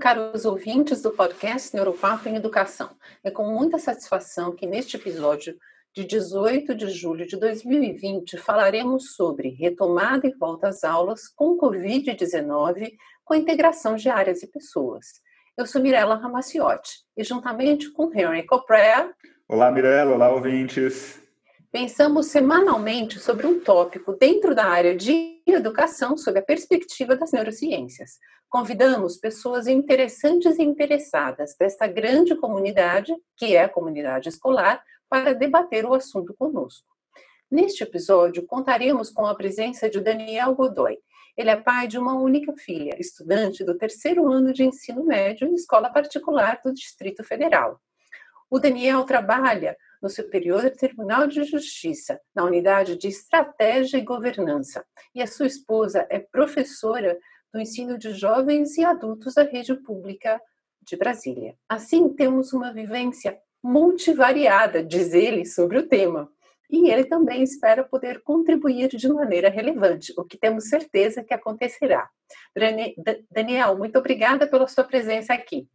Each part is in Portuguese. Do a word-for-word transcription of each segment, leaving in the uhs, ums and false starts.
caros ouvintes do podcast Neuropapo em Educação. É com muita satisfação que neste episódio de dezoito de julho de dois mil e vinte falaremos sobre retomada e volta às aulas com covid dezenove com a integração de áreas e pessoas. Eu sou Mirella Ramaciotti e juntamente com Henry Coprea. Olá Mirella, olá ouvintes. Pensamos semanalmente sobre um tópico dentro da área de educação sob a perspectiva das neurociências. Convidamos pessoas interessantes e interessadas desta grande comunidade, que é a comunidade escolar, para debater o assunto conosco. Neste episódio, contaremos com a presença de Daniel Godoy. Ele é pai de uma única filha, estudante do terceiro ano de ensino médio em escola particular do Distrito Federal. O Daniel trabalha no Superior Tribunal de Justiça, na unidade de Estratégia e Governança, e a sua esposa é professora do ensino de jovens e adultos da rede pública de Brasília. Assim, temos uma vivência multivariada, diz ele, sobre o tema. E ele também espera poder contribuir de maneira relevante, o que temos certeza que acontecerá. Daniel, muito obrigada pela sua presença aqui.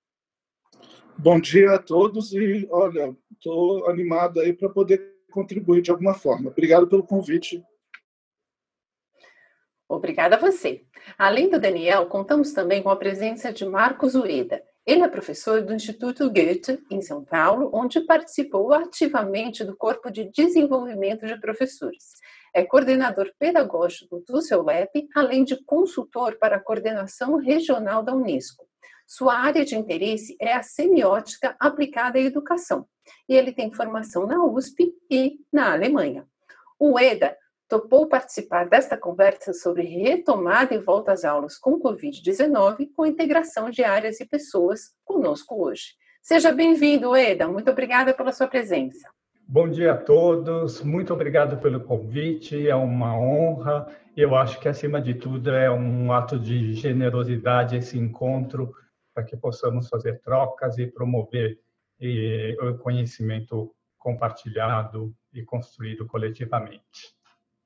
Bom dia a todos e, olha, estou animado aí para poder contribuir de alguma forma. Obrigado pelo convite. Obrigada a você. Além do Daniel, contamos também com a presença de Marcos Ueda. Ele é professor do Instituto Goethe, em São Paulo, onde participou ativamente do Corpo de Desenvolvimento de Professores. É coordenador pedagógico do CEULEP, além de consultor para a coordenação regional da Unesco. Sua área de interesse é a semiótica aplicada à educação, e ele tem formação na U S P e na Alemanha. O Ueda topou participar desta conversa sobre retomada e volta às aulas com covid dezenove, com integração de áreas e pessoas conosco hoje. Seja bem-vindo, Ueda. Muito obrigada pela sua presença. Bom dia a todos. Muito obrigado pelo convite. É uma honra. Eu acho que, acima de tudo, é um ato de generosidade esse encontro para que possamos fazer trocas e promover e, o conhecimento compartilhado e construído coletivamente.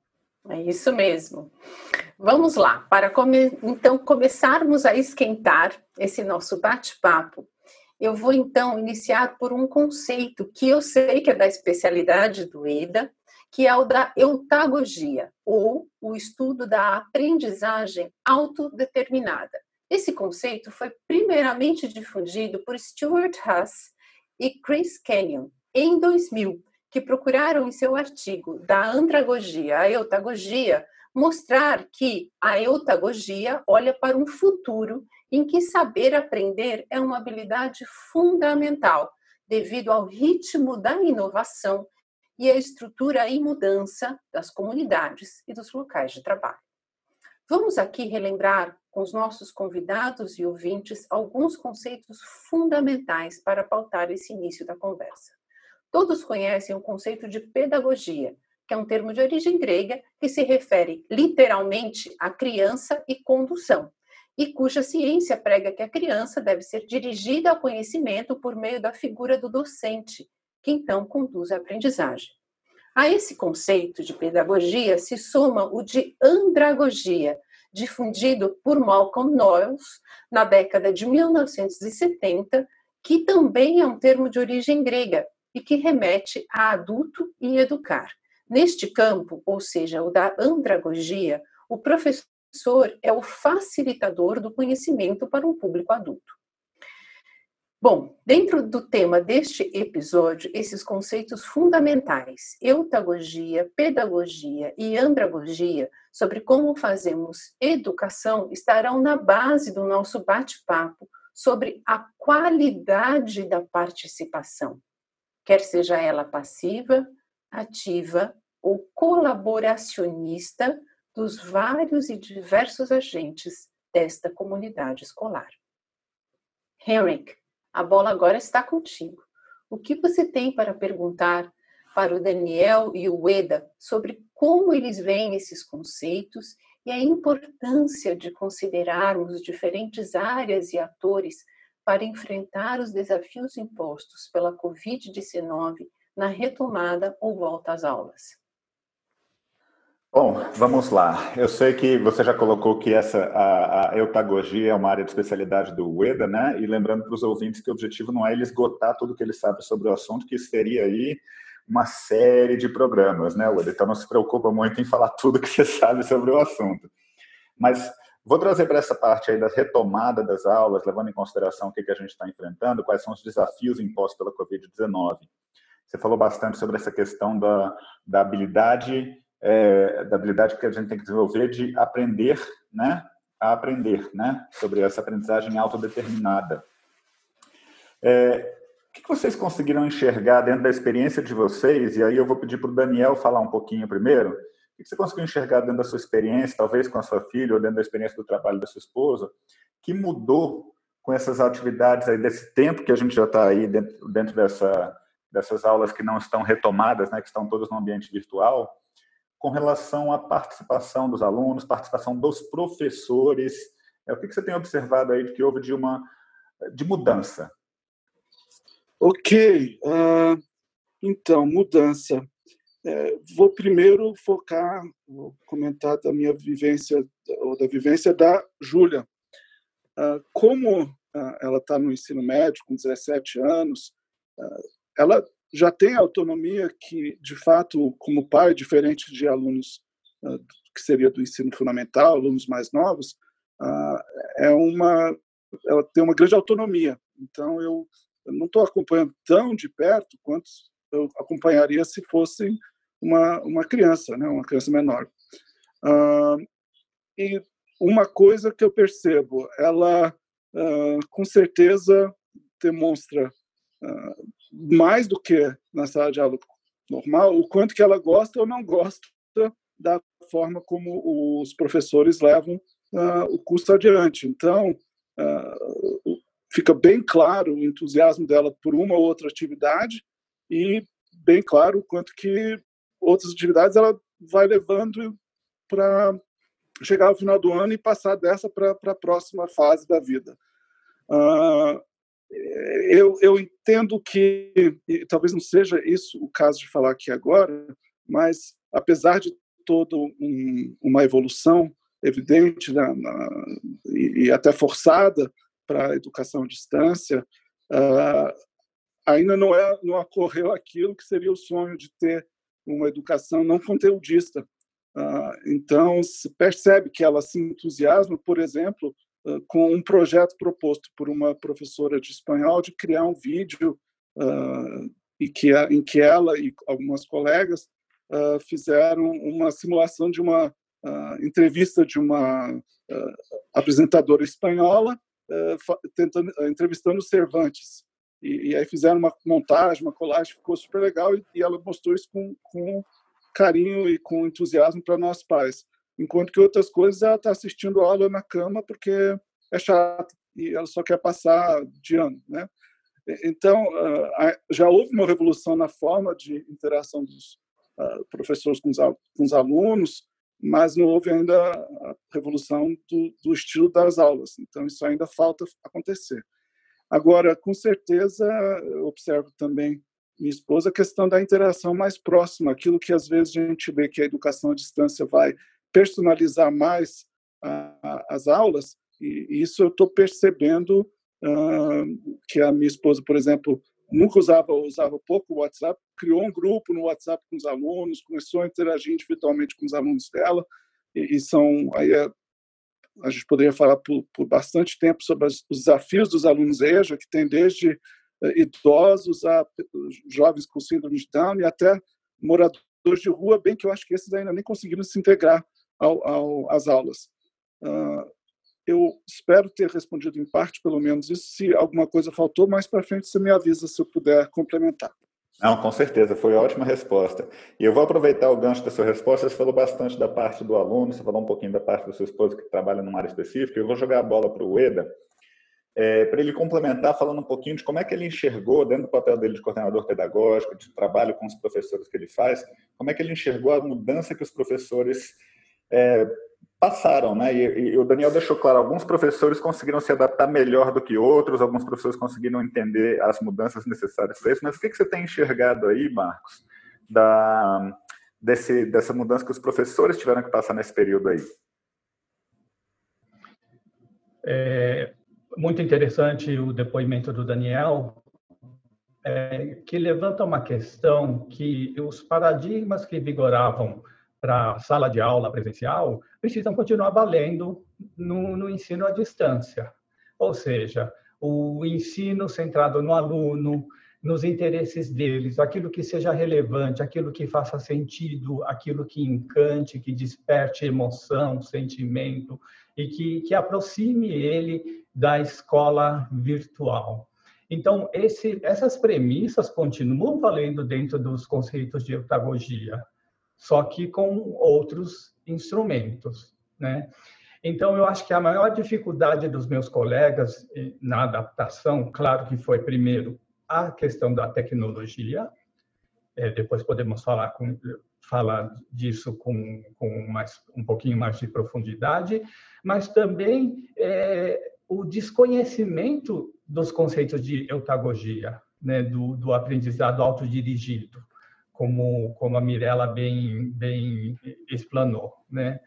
É isso mesmo. Vamos lá, para come... então começarmos a esquentar esse nosso bate-papo, eu vou então iniciar por um conceito que eu sei que é da especialidade do Ueda, que é o da eutagogia, ou o estudo da aprendizagem autodeterminada. Esse conceito foi primeiramente difundido por Stuart Huss e Chris Kenyon em dois mil, que procuraram em seu artigo da andragogia à eutagogia mostrar que a eutagogia olha para um futuro em que saber aprender é uma habilidade fundamental, devido ao ritmo da inovação e à estrutura em mudança das comunidades e dos locais de trabalho. Vamos aqui relembrar com os nossos convidados e ouvintes alguns conceitos fundamentais para pautar esse início da conversa. Todos conhecem o conceito de pedagogia, que é um termo de origem grega que se refere literalmente à criança e condução, e cuja ciência prega que a criança deve ser dirigida ao conhecimento por meio da figura do docente, que então conduz a aprendizagem. A esse conceito de pedagogia se soma o de andragogia, difundido por Malcolm Knowles na década de mil novecentos e setenta, que também é um termo de origem grega, e que remete a adulto e educar. Neste campo, ou seja, o da andragogia, o professor é o facilitador do conhecimento para um público adulto. Bom, dentro do tema deste episódio, esses conceitos fundamentais, eutagogia, pedagogia e andragogia, sobre como fazemos educação, estarão na base do nosso bate-papo sobre a qualidade da participação, quer seja ela passiva, ativa ou colaboracionista dos vários e diversos agentes desta comunidade escolar. Henrik, a bola agora está contigo. O que você tem para perguntar para o Daniel e o Ueda sobre como eles veem esses conceitos e a importância de considerarmos diferentes áreas e atores para enfrentar os desafios impostos pela covid dezenove na retomada ou volta às aulas? Bom, vamos lá. Eu sei que você já colocou que essa, a, a eutagogia é uma área de especialidade do Ueda, né? E lembrando para os ouvintes que o objetivo não é ele esgotar tudo que ele sabe sobre o assunto, que seria aí uma série de programas, né, Ueda? Então não se preocupa muito em falar tudo que você sabe sobre o assunto. Mas vou trazer para essa parte aí da retomada das aulas, levando em consideração o que, que a gente está enfrentando, quais são os desafios impostos pela covid dezenove. Você falou bastante sobre essa questão da, da habilidade, é, da habilidade que a gente tem que desenvolver de aprender, né, a aprender, né, sobre essa aprendizagem autodeterminada. É, o que vocês conseguiram enxergar dentro da experiência de vocês? E aí eu vou pedir para o Daniel falar um pouquinho primeiro. O que você conseguiu enxergar dentro da sua experiência, talvez com a sua filha, ou dentro da experiência do trabalho da sua esposa, que mudou com essas atividades aí, desse tempo que a gente já está aí dentro, dentro dessa, dessas aulas que não estão retomadas, né, que estão todas no ambiente virtual, com relação à participação dos alunos, participação dos professores? É, o que você tem observado aí de que houve de uma de mudança? Ok, uh, então, mudança. É, vou primeiro focar, vou comentar da minha vivência, ou da vivência da Júlia. Uh, como uh, ela está no ensino médio, com dezessete anos, uh, ela já tem autonomia que, de fato, como pai, diferente de alunos uh, que seria do ensino fundamental, alunos mais novos, uh, é uma, ela tem uma grande autonomia. Então, eu Eu não estou acompanhando tão de perto quanto eu acompanharia se fosse uma, uma criança, né? Uma criança menor. Uh, e uma coisa que eu percebo, ela uh, com certeza demonstra uh, mais do que na sala de aula normal, o quanto que ela gosta ou não gosta da forma como os professores levam uh, o curso adiante. Então, uh, fica bem claro o entusiasmo dela por uma ou outra atividade e bem claro o quanto que outras atividades ela vai levando para chegar ao final do ano e passar dessa para a próxima fase da vida. Uh, eu, eu entendo que, e talvez não seja isso o caso de falar aqui agora, mas apesar de toda um, uma evolução evidente, né, na, e, e até forçada, para a educação à distância, uh, ainda não, é, não ocorreu aquilo que seria o sonho de ter uma educação não conteudista. Uh, então, se percebe que ela se entusiasma, por exemplo, uh, com um projeto proposto por uma professora de espanhol de criar um vídeo uh, e que, em que ela e algumas colegas uh, fizeram uma simulação de uma uh, entrevista de uma uh, apresentadora espanhola Uh, tentando, uh, entrevistando Cervantes. E, e aí fizeram uma montagem, uma colagem, ficou super legal, e, e ela mostrou isso com, com carinho e com entusiasmo para nós pais. Enquanto que outras coisas ela está assistindo a aula na cama porque é chato e ela só quer passar de ano, né? Então, uh, já houve uma revolução na forma de interação dos uh, professores com os, com os alunos, mas não houve ainda a revolução do, do estilo das aulas. Então, isso ainda falta acontecer. Agora, com certeza, eu observo também minha esposa a questão da interação mais próxima, aquilo que às vezes a gente vê que a educação à distância vai personalizar mais a, a, as aulas, e isso eu estou percebendo uh, que a minha esposa, por exemplo, nunca usava, usava pouco o WhatsApp, criou um grupo no WhatsApp com os alunos, começou a interagir individualmente com os alunos dela, e, e são, aí a, a gente poderia falar por, por bastante tempo sobre as, os desafios dos alunos EJA, que tem desde uh, idosos a uh, jovens com síndrome de Down e até moradores de rua, bem que eu acho que esses ainda nem conseguiram se integrar ao, ao, às aulas. Uh, Eu espero ter respondido em parte, pelo menos isso. Se alguma coisa faltou, mais para frente você me avisa se eu puder complementar. Não, com certeza, foi uma ótima resposta. E eu vou aproveitar o gancho da sua resposta. Você falou bastante da parte do aluno, você falou um pouquinho da parte da sua esposa que trabalha numa área específica. Eu vou jogar a bola para o Ueda, é, para ele complementar, falando um pouquinho de como é que ele enxergou, dentro do papel dele de coordenador pedagógico, de trabalho com os professores que ele faz, como é que ele enxergou a mudança que os professores é, passaram, né? E, e o Daniel deixou claro, alguns professores conseguiram se adaptar melhor do que outros, alguns professores conseguiram entender as mudanças necessárias para isso, mas o que, que você tem enxergado aí, Marcos, da, desse, dessa mudança que os professores tiveram que passar nesse período aí? É muito interessante o depoimento do Daniel, é, que levanta uma questão que os paradigmas que vigoravam para a sala de aula presencial precisam continuar valendo no, no ensino à distância. Ou seja, o ensino centrado no aluno, nos interesses deles, aquilo que seja relevante, aquilo que faça sentido, aquilo que encante, que desperte emoção, sentimento e que, que aproxime ele da escola virtual. Então, esse, essas premissas continuam valendo dentro dos conceitos de eutagogia, só que com outros instrumentos, né? Então, eu acho que a maior dificuldade dos meus colegas na adaptação, claro que foi, primeiro, a questão da tecnologia, é, depois podemos falar, com, falar disso com, com mais, um pouquinho mais de profundidade, mas também é, o desconhecimento dos conceitos de eutagogia, né, do, do aprendizado autodirigido, como, como a Mirella bem, bem explanou, né?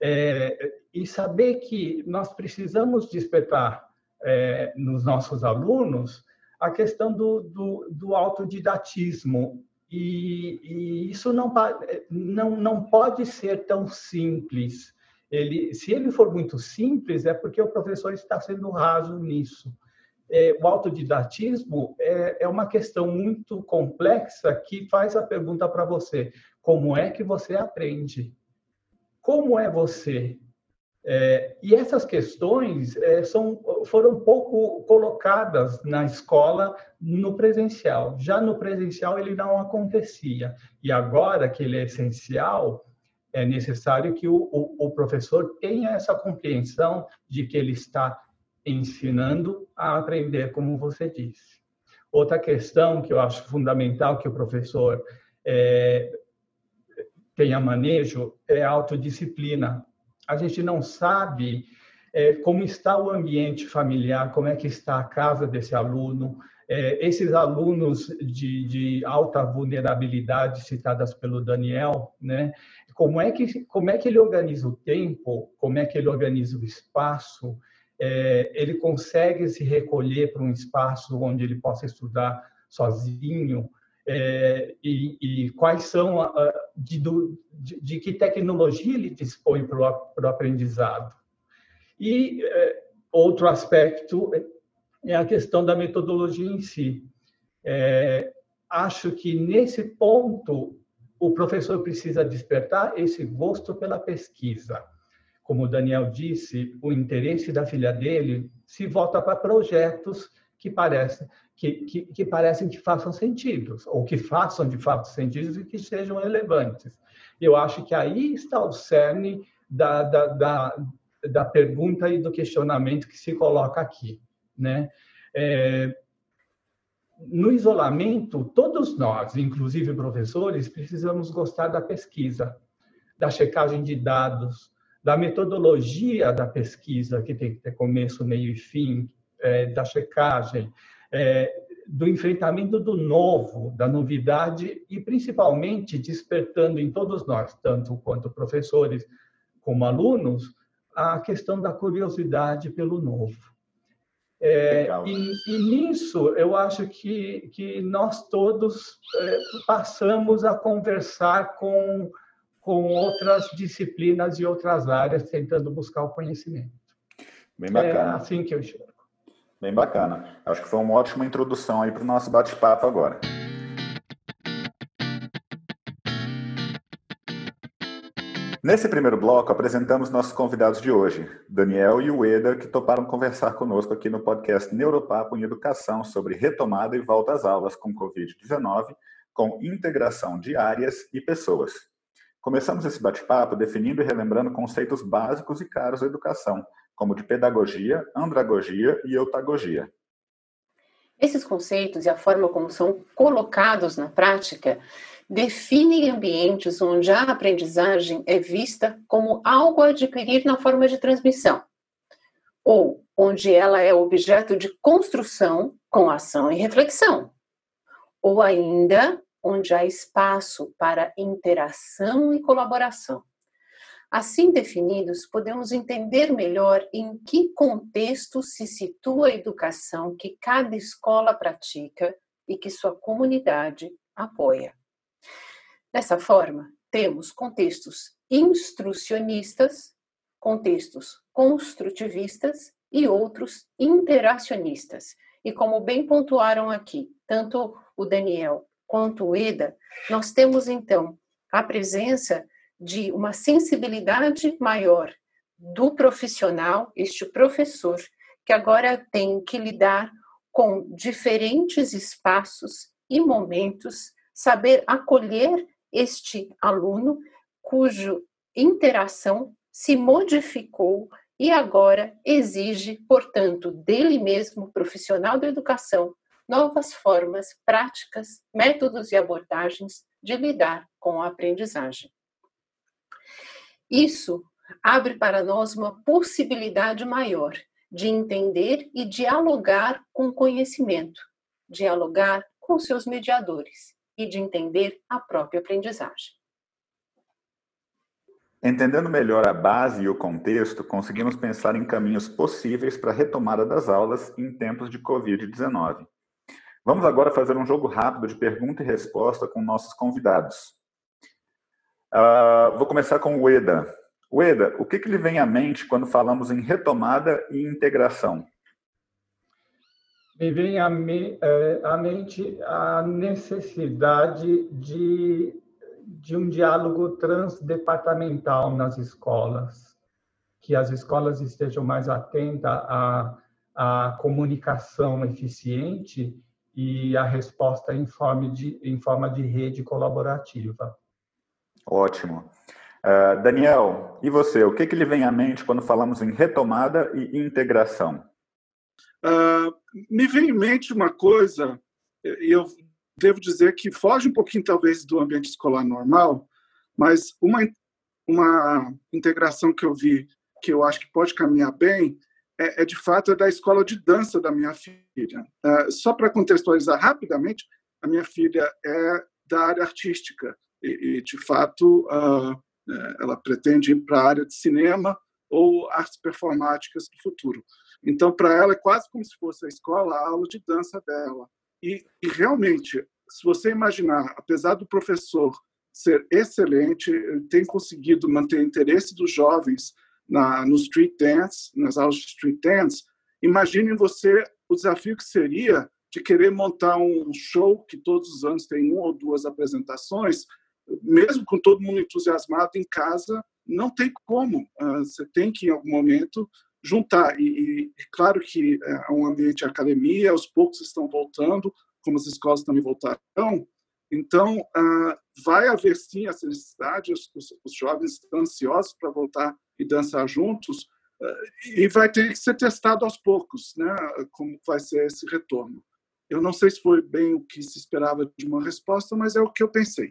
É, e saber que nós precisamos despertar é, nos nossos alunos a questão do, do, do autodidatismo. E, e isso não, não, não pode ser tão simples. Ele, se ele for muito simples, é porque o professor está sendo raso nisso. É, o autodidatismo é, é uma questão muito complexa que faz a pergunta para você: como é que você aprende? Como é você? É, e essas questões é, são, foram pouco colocadas na escola no presencial. Já no presencial ele não acontecia. E agora que ele é essencial, é necessário que o, o, o professor tenha essa compreensão de que ele está ensinando a aprender, como você disse. Outra questão que eu acho fundamental que o professor é, tenha manejo é a autodisciplina. A gente não sabe é, como está o ambiente familiar, como é que está a casa desse aluno. É, esses alunos de, de alta vulnerabilidade citadas pelo Daniel, né? Como é que, como é que ele organiza o tempo, como é que ele organiza o espaço, é, ele consegue se recolher para um espaço onde ele possa estudar sozinho, é, e, e quais são, a, de, de, de que tecnologia ele dispõe para o aprendizado. E é, outro aspecto é a questão da metodologia em si. É, acho que, nesse ponto, o professor precisa despertar esse gosto pela pesquisa. Como o Daniel disse, o interesse da filha dele se volta para projetos que parecem que, que, que parecem que façam sentido, ou que façam de fato sentido e que sejam relevantes. Eu acho que aí está o cerne da, da, da, da pergunta e do questionamento que se coloca aqui, né? É, no isolamento, todos nós, inclusive professores, precisamos gostar da pesquisa, da checagem de dados, da metodologia da pesquisa, que tem que ter começo, meio e fim, é, da checagem, é, do enfrentamento do novo, da novidade e, principalmente, despertando em todos nós, tanto quanto professores como alunos, a questão da curiosidade pelo novo. É, e, e nisso, eu acho que, que nós todos é, passamos a conversar com, com outras disciplinas e outras áreas, tentando buscar o conhecimento. Bem bacana. É assim que eu enxergo. Bem bacana. Acho que foi uma ótima introdução aí para o nosso bate-papo agora. Nesse primeiro bloco, apresentamos nossos convidados de hoje, Daniel e o Ueda, que toparam conversar conosco aqui no podcast Neuropapo em Educação sobre retomada e volta às aulas com covid dezenove, com integração de áreas e pessoas. Começamos esse bate-papo definindo e relembrando conceitos básicos e caros da educação, como de pedagogia, andragogia e eutagogia. Esses conceitos e a forma como são colocados na prática definem ambientes onde a aprendizagem é vista como algo a adquirir na forma de transmissão, ou onde ela é objeto de construção com ação e reflexão, ou ainda onde há espaço para interação e colaboração. Assim definidos, podemos entender melhor em que contexto se situa a educação que cada escola pratica e que sua comunidade apoia. Dessa forma, temos contextos instrucionistas, contextos construtivistas e outros interacionistas. E como bem pontuaram aqui, tanto o Daniel quanto o Eda, nós temos então a presença de uma sensibilidade maior do profissional, este professor, que agora tem que lidar com diferentes espaços e momentos, saber acolher este aluno cuja interação se modificou e agora exige, portanto, dele mesmo, profissional da educação, novas formas, práticas, métodos e abordagens de lidar com a aprendizagem. Isso abre para nós uma possibilidade maior de entender e dialogar com o conhecimento, dialogar com seus mediadores e de entender a própria aprendizagem. Entendendo melhor a base e o contexto, conseguimos pensar em caminhos possíveis para a retomada das aulas em tempos de covid dezenove. Vamos agora fazer um jogo rápido de pergunta e resposta com nossos convidados. Uh, vou começar com o Eda. O Eda, o que, que lhe vem à mente quando falamos em retomada e integração? Me vem à, me, à mente a necessidade de, de um diálogo transdepartamental nas escolas, que as escolas estejam mais atentas à, à comunicação eficiente e à resposta em forma de, em forma de rede colaborativa. Ótimo. Uh, Daniel, e você? O que, que lhe vem à mente quando falamos em retomada e integração? Uh, me vem em mente uma coisa, e eu devo dizer que foge um pouquinho talvez do ambiente escolar normal, mas uma, uma integração que eu vi, que eu acho que pode caminhar bem, é, é de fato é da escola de dança da minha filha. Uh, só para contextualizar rapidamente, a minha filha é da área artística, e, e de fato uh, ela pretende ir para a área de cinema ou artes performáticas do futuro. Então, para ela, é quase como se fosse a escola, a aula de dança dela. E, e realmente, se você imaginar, apesar do professor ser excelente, ele tem conseguido manter o interesse dos jovens na, no street dance, nas aulas de street dance, imaginem você o desafio que seria de querer montar um show que todos os anos tem uma ou duas apresentações, mesmo com todo mundo entusiasmado em casa, não tem como. Você tem que, em algum momento, juntar. E, e claro que é um ambiente de academia, aos poucos estão voltando, como as escolas também voltarão. Então, vai haver, sim, essa necessidade, os, os jovens estão ansiosos para voltar e dançar juntos, e vai ter que ser testado aos poucos, né, como vai ser esse retorno. Eu não sei se foi bem o que se esperava de uma resposta, mas é o que eu pensei.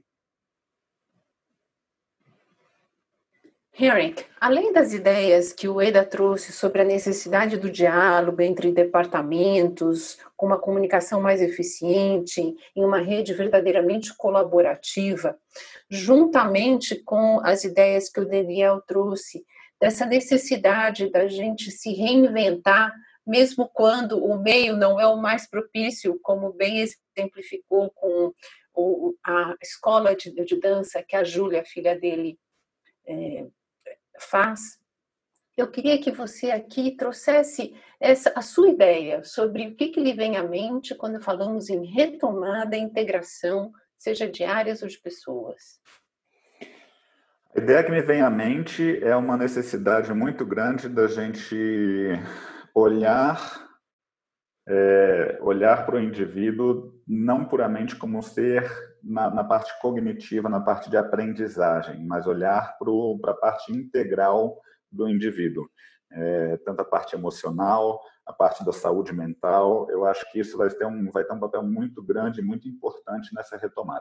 Henrik, além das ideias que o Eda trouxe sobre a necessidade do diálogo entre departamentos, com uma comunicação mais eficiente, em uma rede verdadeiramente colaborativa, juntamente com as ideias que o Daniel trouxe, dessa necessidade da gente se reinventar, mesmo quando o meio não é o mais propício, como bem exemplificou com a escola de, de dança que a Júlia, filha dele, é, faz. Eu queria que você aqui trouxesse essa, a sua ideia sobre o que, que lhe vem à mente quando falamos em retomada e integração, seja de áreas ou de pessoas. A ideia que me vem à mente é uma necessidade muito grande da gente olhar, é, olhar para o indivíduo não puramente como ser na, na parte cognitiva, na parte de aprendizagem, mas olhar para a parte integral do indivíduo. É, tanto a parte emocional, a parte da saúde mental. Eu acho que isso vai ter um, vai ter um papel muito grande, muito importante nessa retomada.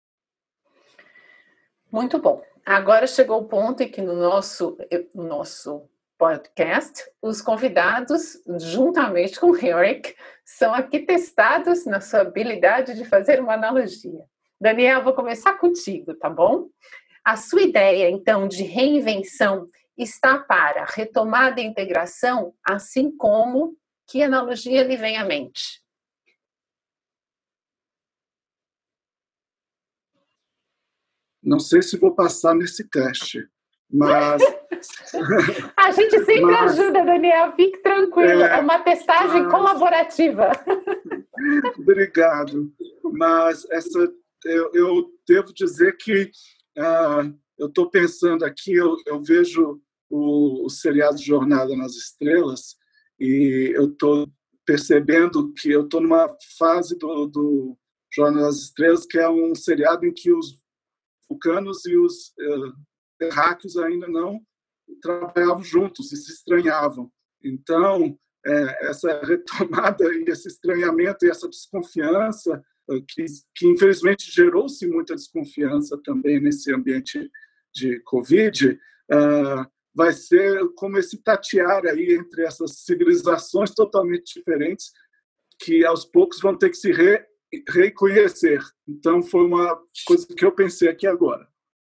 Muito bom. Agora chegou o ponto em que no nosso, no nosso podcast, os convidados, juntamente com o Henrik, são aqui testados na sua habilidade de fazer uma analogia. Daniel, vou começar contigo, tá bom? A sua ideia, então, de reinvenção está para retomada e integração, assim como que analogia lhe vem à mente? Não sei se vou passar nesse teste, mas... A gente sempre mas... ajuda, Daniel, fique tranquilo. É, é uma testagem mas... colaborativa. Obrigado. Mas essa, eu, eu devo dizer que uh, eu estou pensando aqui, eu, eu vejo o, o seriado Jornada nas Estrelas e eu estou percebendo que eu estou numa fase do, do Jornada nas Estrelas que é um seriado em que os vulcanos e os uh, terráqueos ainda não trabalhavam juntos e se estranhavam. Então, é, essa retomada e esse estranhamento e essa desconfiança, que, que infelizmente gerou-se muita desconfiança também nesse ambiente de Covid, uh, vai ser como esse tatear aí entre essas civilizações totalmente diferentes que aos poucos vão ter que se re, reconhecer. Então, foi uma coisa que eu pensei aqui agora.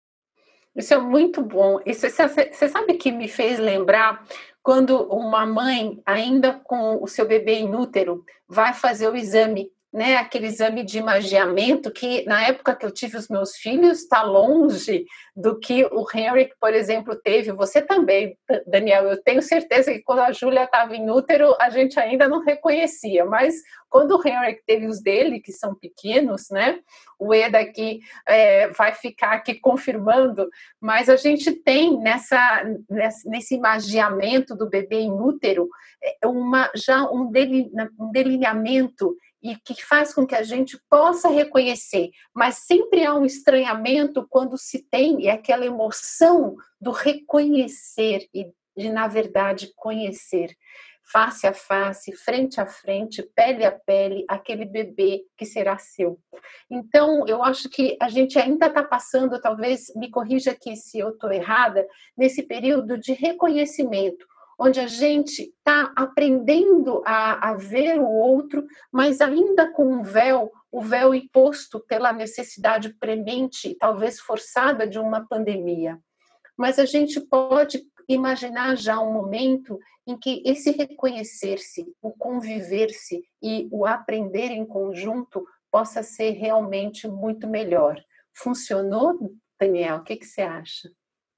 Isso é muito bom. Isso, você sabe que me fez lembrar quando uma mãe, ainda com o seu bebê em útero, vai fazer o exame, né? Aquele exame de imagiamento que, na época que eu tive os meus filhos, está longe do que o Henrik, por exemplo, teve. Você também, Daniel. Eu tenho certeza que quando a Júlia estava em útero, a gente ainda não reconhecia, mas quando o Henrik teve os dele, que são pequenos, né? O Eda aqui é, vai ficar aqui confirmando, mas a gente tem nessa, nesse imagiamento do bebê em útero uma, já um, deli, um delineamento e que faz com que a gente possa reconhecer, mas sempre há um estranhamento quando se tem e aquela emoção do reconhecer e de, na verdade, conhecer. Face a face, frente a frente, pele a pele, aquele bebê que será seu. Então, eu acho que a gente ainda está passando, talvez me corrija aqui se eu estou errada, nesse período de reconhecimento, onde a gente está aprendendo a, a ver o outro, mas ainda com um véu, o véu imposto pela necessidade premente, talvez forçada, de uma pandemia. Mas a gente pode imaginar já um momento em que esse reconhecer-se, o conviver-se e o aprender em conjunto possa ser realmente muito melhor. Funcionou, Daniel? O que, que você acha?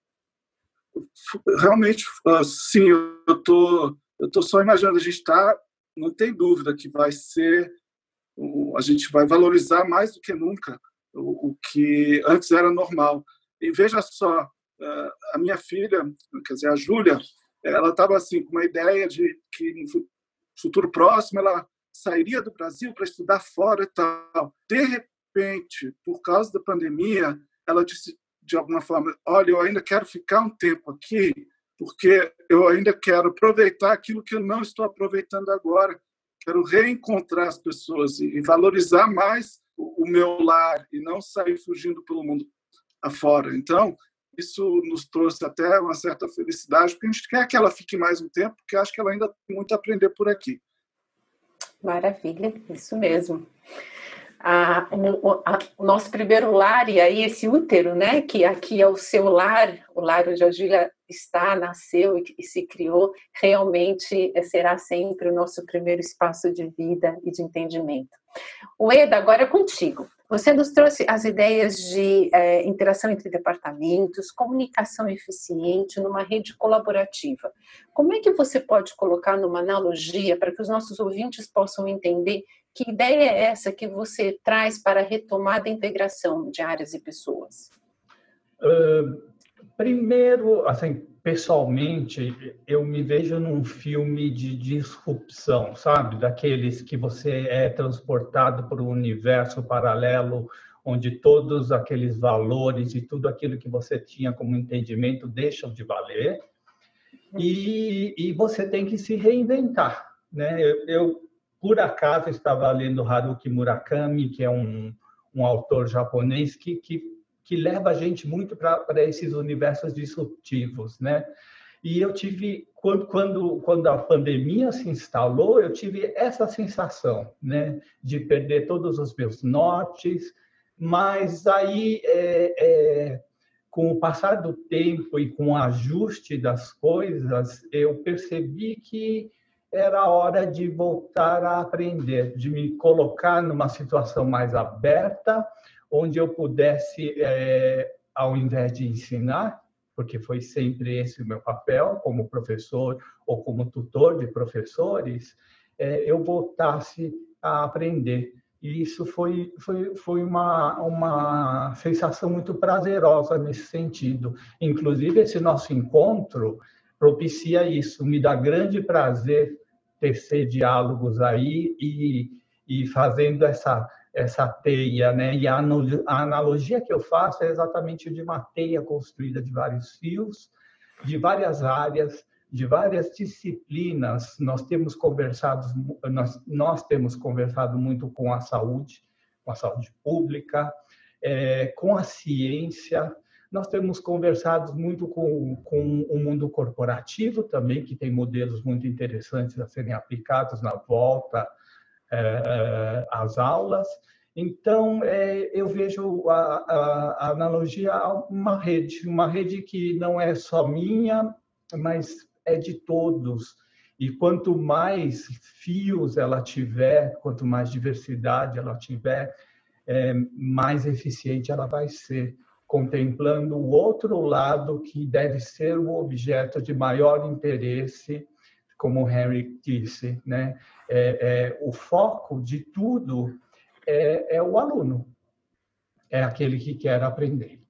Realmente, sim, eu estou eu tô só imaginando, a gente está, não tem dúvida que vai ser, a gente vai valorizar mais do que nunca o, o que antes era normal. E veja só, a minha filha, quer dizer, a Júlia, ela estava assim, com uma ideia de que no futuro próximo ela sairia do Brasil para estudar fora e tal. De repente, por causa da pandemia, ela disse de alguma forma, olha, eu ainda quero ficar um tempo aqui, porque eu ainda quero aproveitar aquilo que eu não estou aproveitando agora. Quero reencontrar as pessoas e valorizar mais o meu lar e não sair fugindo pelo mundo afora. Então, isso nos trouxe até uma certa felicidade, porque a gente quer que ela fique mais um tempo, porque acho que ela ainda tem muito a aprender por aqui. Maravilha, isso mesmo. Ah, o, a, o nosso primeiro lar, e aí esse útero, né, que aqui é o seu lar, o lar onde a Júlia está, nasceu e, e se criou, realmente será sempre o nosso primeiro espaço de vida e de entendimento. O Eda, agora é contigo. Você nos trouxe as ideias de é, interação entre departamentos, comunicação eficiente numa rede colaborativa. Como é que você pode colocar numa analogia para que os nossos ouvintes possam entender que ideia é essa que você traz para a retomada e integração de áreas e pessoas? Uh, primeiro, assim, pessoalmente, eu me vejo num filme de disrupção, sabe? Daqueles que você é transportado para um universo paralelo, onde todos aqueles valores e tudo aquilo que você tinha como entendimento deixam de valer, e, e você tem que se reinventar, né? Eu, eu por acaso, estava lendo Haruki Murakami, que é um, um autor japonês que, que, que leva a gente muito para esses universos disruptivos, né? E eu tive, quando, quando, quando a pandemia se instalou, eu tive essa sensação, né? De perder todos os meus nortes, mas aí, é, é, com o passar do tempo e com o ajuste das coisas, eu percebi que era hora de voltar a aprender, de me colocar numa situação mais aberta, onde eu pudesse, é, ao invés de ensinar, porque foi sempre esse o meu papel como professor ou como tutor de professores, é, eu voltasse a aprender. E isso foi, foi, foi uma, uma sensação muito prazerosa nesse sentido. Inclusive, esse nosso encontro propicia isso, me dá grande prazer tecer diálogos aí e, e fazendo essa, essa teia, né? E a analogia que eu faço é exatamente de uma teia construída de vários fios, de várias áreas, de várias disciplinas. Nós temos conversado, nós, nós temos conversado muito com a saúde, com a saúde pública, é, com a ciência. Nós temos conversado muito com, com o mundo corporativo também, que tem modelos muito interessantes a serem aplicados na volta é, às aulas. Então, é, eu vejo a, a, a analogia a uma rede, uma rede que não é só minha, mas é de todos. E quanto mais fios ela tiver, quanto mais diversidade ela tiver, é, mais eficiente ela vai ser, contemplando o outro lado que deve ser o objeto de maior interesse, como o Henry disse, né? É, é, o foco de tudo é, é o aluno, é aquele que quer aprender.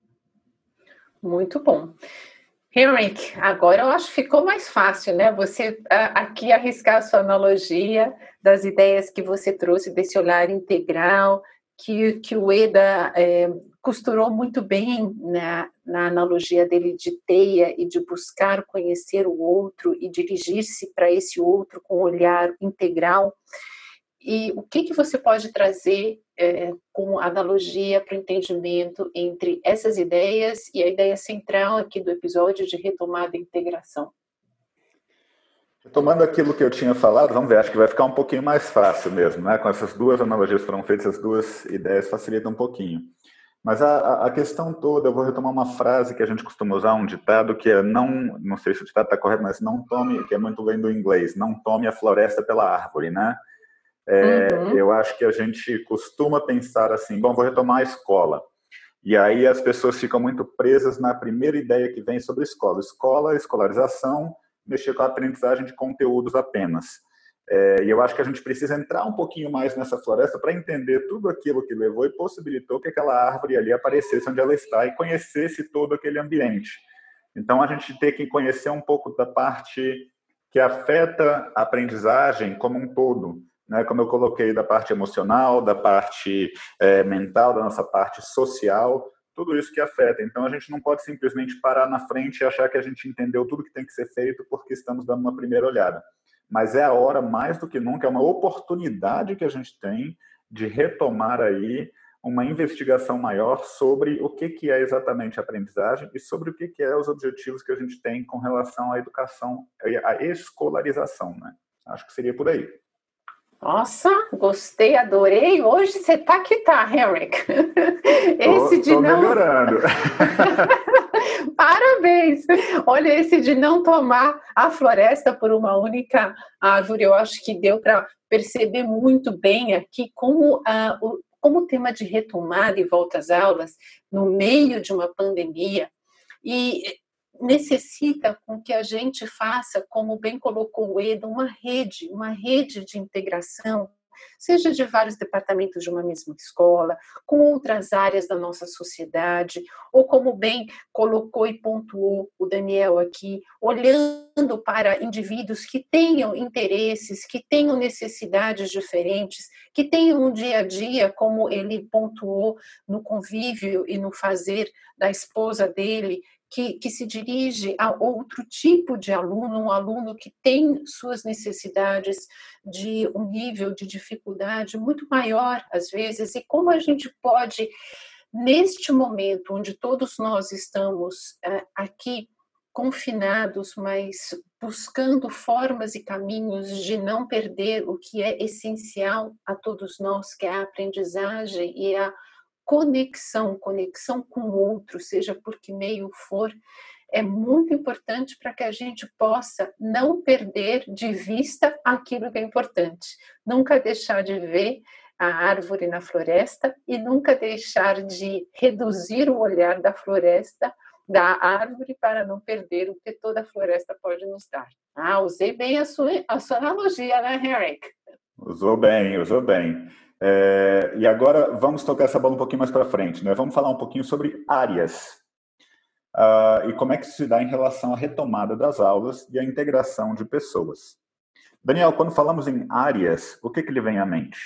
Muito bom. Henrik, agora eu acho que ficou mais fácil, né? Você aqui arriscar a sua analogia das ideias que você trouxe desse olhar integral, que, que o Ueda é, costurou muito bem na, na analogia dele de teia e de buscar conhecer o outro e dirigir-se para esse outro com um olhar integral. E o que, que você pode trazer é, com analogia para o entendimento entre essas ideias e a ideia central aqui do episódio de retomada e integração? Retomando aquilo que eu tinha falado, vamos ver, acho que vai ficar um pouquinho mais fácil mesmo, né? Com essas duas analogias que foram feitas, as duas ideias facilitam um pouquinho. Mas a, a questão toda, eu vou retomar uma frase que a gente costuma usar, um ditado que é não, não sei se o ditado está correto, mas não tome, que é muito bem do inglês, não tome a floresta pela árvore, né? É, uhum. Eu acho que a gente costuma pensar assim, bom, vou retomar a escola. E aí as pessoas ficam muito presas na primeira ideia que vem sobre escola. Escola, escolarização, mexer com a aprendizagem de conteúdos apenas. É, e eu acho que a gente precisa entrar um pouquinho mais nessa floresta para entender tudo aquilo que levou e possibilitou que aquela árvore ali aparecesse onde ela está e conhecesse todo aquele ambiente. Então, a gente tem que conhecer um pouco da parte que afeta a aprendizagem como um todo, né? Como eu coloquei, da parte emocional, da parte é, mental, da nossa parte social, tudo isso que afeta. Então, a gente não pode simplesmente parar na frente e achar que a gente entendeu tudo que tem que ser feito porque estamos dando uma primeira olhada. Mas é a hora, mais do que nunca, é uma oportunidade que a gente tem de retomar aí uma investigação maior sobre o que, que é exatamente a aprendizagem e sobre o que, que é os objetivos que a gente tem com relação à educação, à escolarização, né? Acho que seria por aí. Nossa, gostei, adorei. Hoje você tá que tá, Henrik. Esse tô, de tô não... melhorando. Parabéns! Olha, esse de não tomar a floresta por uma única árvore, eu acho que deu para perceber muito bem aqui como, ah, o, como o tema de retomada e volta às aulas, no meio de uma pandemia, e necessita com que a gente faça, como bem colocou o Ueda, uma rede, uma rede de integração, seja de vários departamentos de uma mesma escola, com outras áreas da nossa sociedade, ou como bem colocou e pontuou o Daniel aqui, olhando para indivíduos que tenham interesses, que tenham necessidades diferentes, que tenham um dia a dia, como ele pontuou no convívio e no fazer da esposa dele, Que, que se dirige a outro tipo de aluno, um aluno que tem suas necessidades de um nível de dificuldade muito maior, às vezes, e como a gente pode, neste momento onde todos nós estamos uh, aqui confinados, mas buscando formas e caminhos de não perder o que é essencial a todos nós, que é a aprendizagem e a conexão, conexão com o outro, seja por que meio for, é muito importante para que a gente possa não perder de vista aquilo que é importante. Nunca deixar de ver a árvore na floresta e nunca deixar de reduzir o olhar da floresta, da árvore, para não perder o que toda a floresta pode nos dar. Ah, usei bem a sua, a sua analogia, né, Henrique? Usou bem, usou bem. É, e agora vamos tocar essa bola um pouquinho mais para frente, né? Vamos falar um pouquinho sobre áreas. Uh, e como é que isso se dá em relação à retomada das aulas e à integração de pessoas. Daniel, quando falamos em áreas, o que, que lhe vem à mente?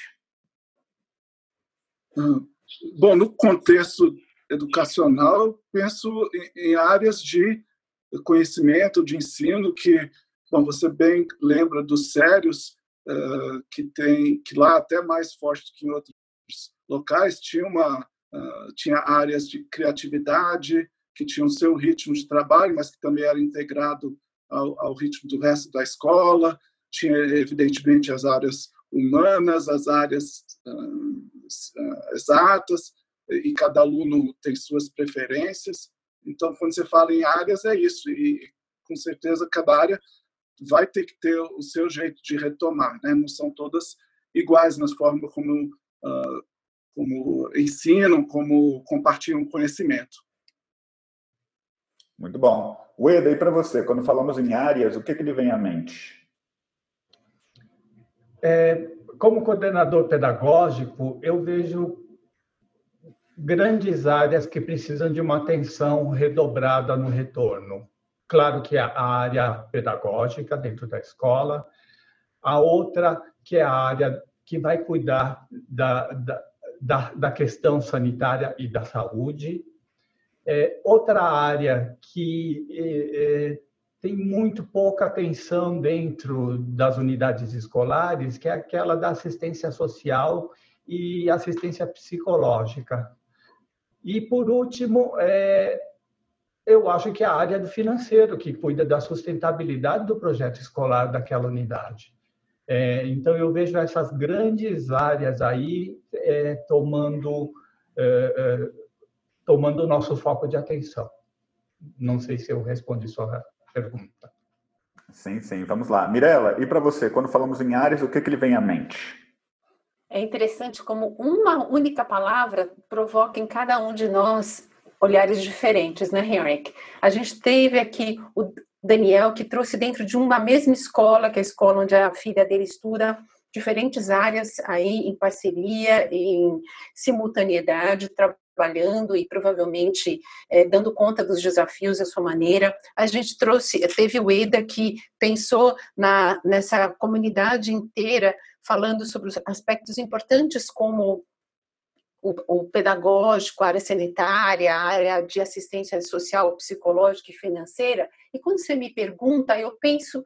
Bom, no contexto educacional, penso em, em áreas de conhecimento, de ensino, que, bom, você bem lembra dos sérios, uh, que tem, que lá até mais forte que em outros locais, tinha, uma, uh, tinha áreas de criatividade, que tinham seu ritmo de trabalho, mas que também era integrado ao, ao ritmo do resto da escola. Tinha, evidentemente, as áreas humanas, as áreas uh, uh, exatas, e cada aluno tem suas preferências. Então, quando você fala em áreas, é isso. E, com certeza, cada área vai ter que ter o seu jeito de retomar, né? Não são todas iguais na forma como, uh, como ensinam, como compartilham conhecimento. Muito bom. Ueda, e para você, quando falamos em áreas, o que, que lhe vem à mente? É, como coordenador pedagógico, eu vejo grandes áreas que precisam de uma atenção redobrada no retorno. Claro que é a área pedagógica dentro da escola, a outra que é a área que vai cuidar da, da, da, da questão sanitária e da saúde. É, outra área que é, tem muito pouca atenção dentro das unidades escolares, que é aquela da assistência social e assistência psicológica. E, por último, é, eu acho que é a área do financeiro, que cuida da sustentabilidade do projeto escolar daquela unidade. É, então, eu vejo essas grandes áreas aí é, tomando... É, é, tomando o nosso foco de atenção. Não sei se eu respondi sua pergunta. Sim, sim. Vamos lá. Mirela, e para você, quando falamos em áreas, o que, que lhe vem à mente? É interessante como uma única palavra provoca em cada um de nós olhares diferentes, né, Henrique? A gente teve aqui o Daniel, que trouxe dentro de uma mesma escola, que é a escola onde a filha dele estuda, diferentes áreas aí em parceria, em simultaneidade, trabalhando e provavelmente é, dando conta dos desafios à sua maneira. A gente trouxe, teve o Eda, que pensou na, nessa comunidade inteira, falando sobre os aspectos importantes como o, o pedagógico, a área sanitária, a área de assistência social, psicológica e financeira. E quando você me pergunta, eu penso,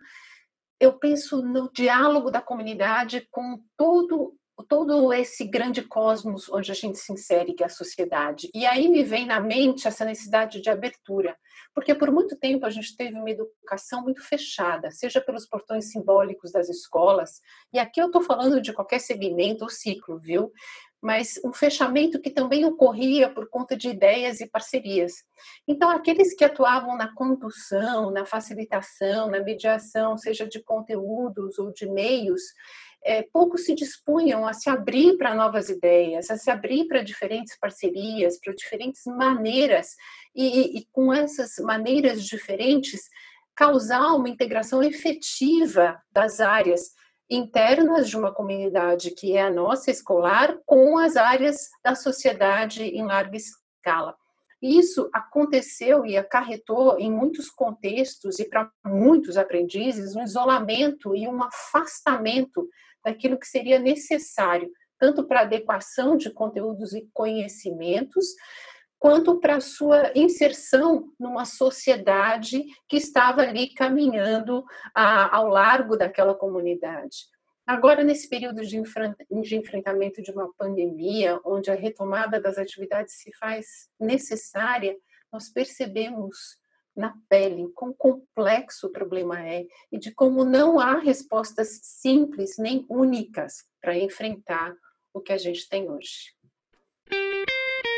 eu penso no diálogo da comunidade com todo todo esse grande cosmos onde a gente se insere, que é a sociedade. E aí me vem na mente essa necessidade de abertura, porque por muito tempo a gente teve uma educação muito fechada, seja pelos portões simbólicos das escolas, e aqui eu estou falando de qualquer segmento ou ciclo, viu? Mas um fechamento que também ocorria por conta de ideias e parcerias. Então, aqueles que atuavam na condução, na facilitação, na mediação, seja de conteúdos ou de meios, É, poucos se dispunham a se abrir para novas ideias, a se abrir para diferentes parcerias, para diferentes maneiras, e, e com essas maneiras diferentes, causar uma integração efetiva das áreas internas de uma comunidade, que é a nossa escolar, com as áreas da sociedade em larga escala. Isso aconteceu e acarretou em muitos contextos e para muitos aprendizes um isolamento e um afastamento daquilo que seria necessário, tanto para a adequação de conteúdos e conhecimentos, quanto para a sua inserção numa sociedade que estava ali caminhando a, ao largo daquela comunidade. Agora, nesse período de, de enfrentamento de uma pandemia, onde a retomada das atividades se faz necessária, nós percebemos na pele quão complexo o problema é e de como não há respostas simples nem únicas para enfrentar o que a gente tem hoje.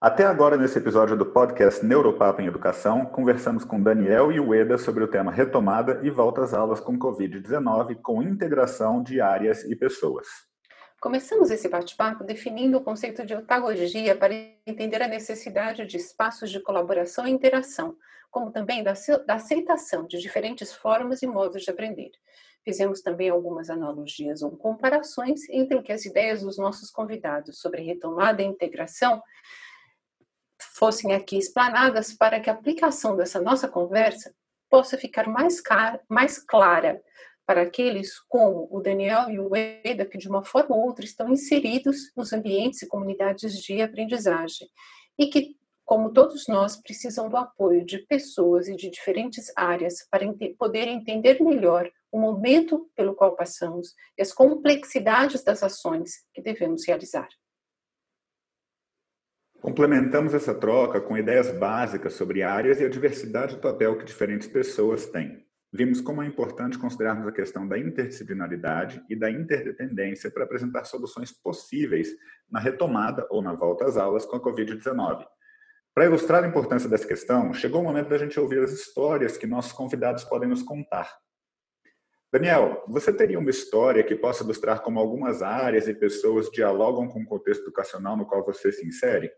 Até agora, nesse episódio do podcast Neuropapo em Educação, conversamos com Daniel e Ueda sobre o tema retomada e volta às aulas com covid dezenove, com integração de áreas e pessoas. Começamos esse bate-papo definindo o conceito de otagogia para entender a necessidade de espaços de colaboração e interação, como também da aceitação de diferentes formas e modos de aprender. Fizemos também algumas analogias ou comparações entre o que as ideias dos nossos convidados sobre retomada e integração fossem aqui explanadas para que a aplicação dessa nossa conversa possa ficar mais, car- mais clara para aqueles como o Daniel e o Ueda, que de uma forma ou outra estão inseridos nos ambientes e comunidades de aprendizagem e que, como todos nós, precisam do apoio de pessoas e de diferentes áreas para ente- poder entender melhor o momento pelo qual passamos e as complexidades das ações que devemos realizar. Complementamos essa troca com ideias básicas sobre áreas e a diversidade do papel que diferentes pessoas têm. Vimos como é importante considerarmos a questão da interdisciplinaridade e da interdependência para apresentar soluções possíveis na retomada ou na volta às aulas com a covid dezenove. Para ilustrar a importância dessa questão, chegou o momento da gente ouvir as histórias que nossos convidados podem nos contar. Daniel, você teria uma história que possa ilustrar como algumas áreas e pessoas dialogam com o contexto educacional no qual você se insere?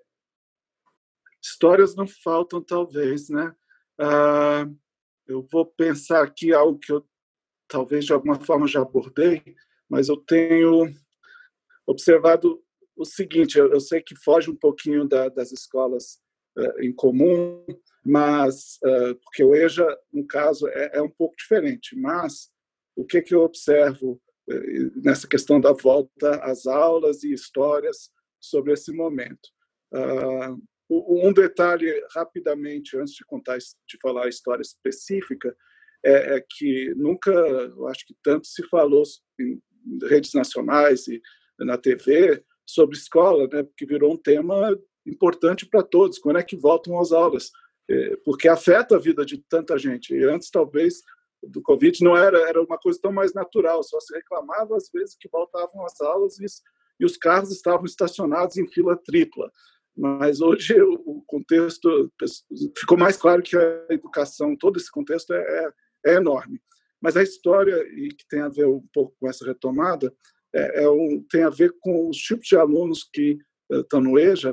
Histórias não faltam, talvez, né? Ah, eu vou pensar aqui algo que eu talvez de alguma forma já abordei, mas eu tenho observado o seguinte, eu, eu sei que foge um pouquinho da, das escolas uh, em comum, mas uh, porque o EJA, no caso, é, é um pouco diferente, mas o que, que eu observo uh, nessa questão da volta às aulas e histórias sobre esse momento? Uh, Um detalhe, rapidamente, antes de contar, de falar a história específica, é, é que nunca, eu acho que tanto se falou em redes nacionais e na T V sobre escola, né, porque virou um tema importante para todos. Quando é que voltam às aulas? É, porque afeta a vida de tanta gente. E antes, talvez, do Covid não era, era uma coisa tão mais natural, só se reclamava às vezes que voltavam às aulas e, e os carros estavam estacionados em fila tripla. Mas hoje o contexto ficou mais claro que a educação, todo esse contexto é, é enorme. Mas a história, e que tem a ver um pouco com essa retomada, é, é um, tem a ver com os tipos de alunos que uh, estão no EJA,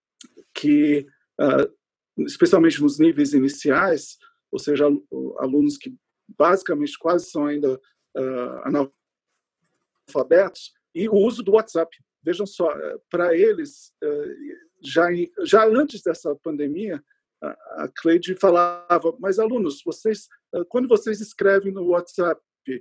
que, uh, especialmente nos níveis iniciais, ou seja, alunos que basicamente quase são ainda uh, analfabetos, e o uso do WhatsApp. Vejam só, para eles, já, já antes dessa pandemia, a Cleide falava, mas alunos, vocês, quando vocês escrevem no WhatsApp,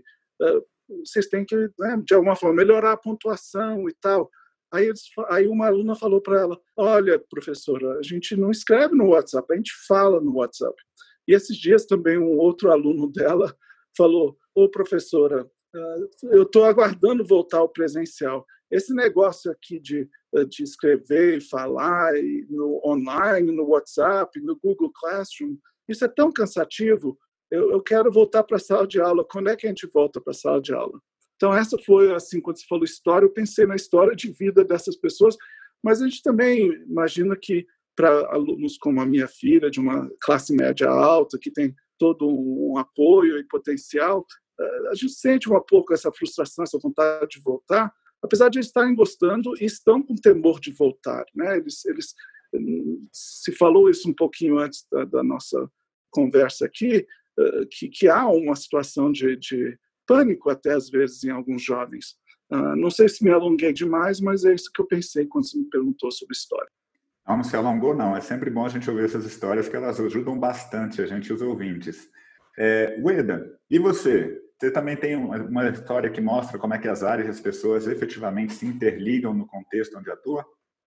vocês têm que, né, de alguma forma, melhorar a pontuação e tal. Aí, eles, aí uma aluna falou para ela, olha, professora, a gente não escreve no WhatsApp, a gente fala no WhatsApp. E esses dias também um outro aluno dela falou, ô professora, eu estou aguardando voltar ao presencial. Esse negócio aqui de, de escrever e falar no online, no WhatsApp, no Google Classroom, isso é tão cansativo. Eu, eu quero voltar para a sala de aula. Quando é que a gente volta para a sala de aula? Então, essa foi, assim, quando você falou história, eu pensei na história de vida dessas pessoas, mas a gente também imagina que para alunos como a minha filha, de uma classe média alta, que tem todo um apoio e potencial, a gente sente um pouco essa frustração, essa vontade de voltar, apesar de eles estarem gostando e estão com temor de voltar, né? Eles, eles se falou isso um pouquinho antes da, da nossa conversa aqui, que, que há uma situação de, de pânico até às vezes em alguns jovens. Não sei se me alonguei demais, mas é isso que eu pensei quando você me perguntou sobre história. Não, não se alongou, não. É sempre bom a gente ouvir essas histórias, que elas ajudam bastante a gente, os ouvintes. É, Ueda, e você? Você também tem uma história que mostra como é que as áreas e as pessoas efetivamente se interligam no contexto onde atua?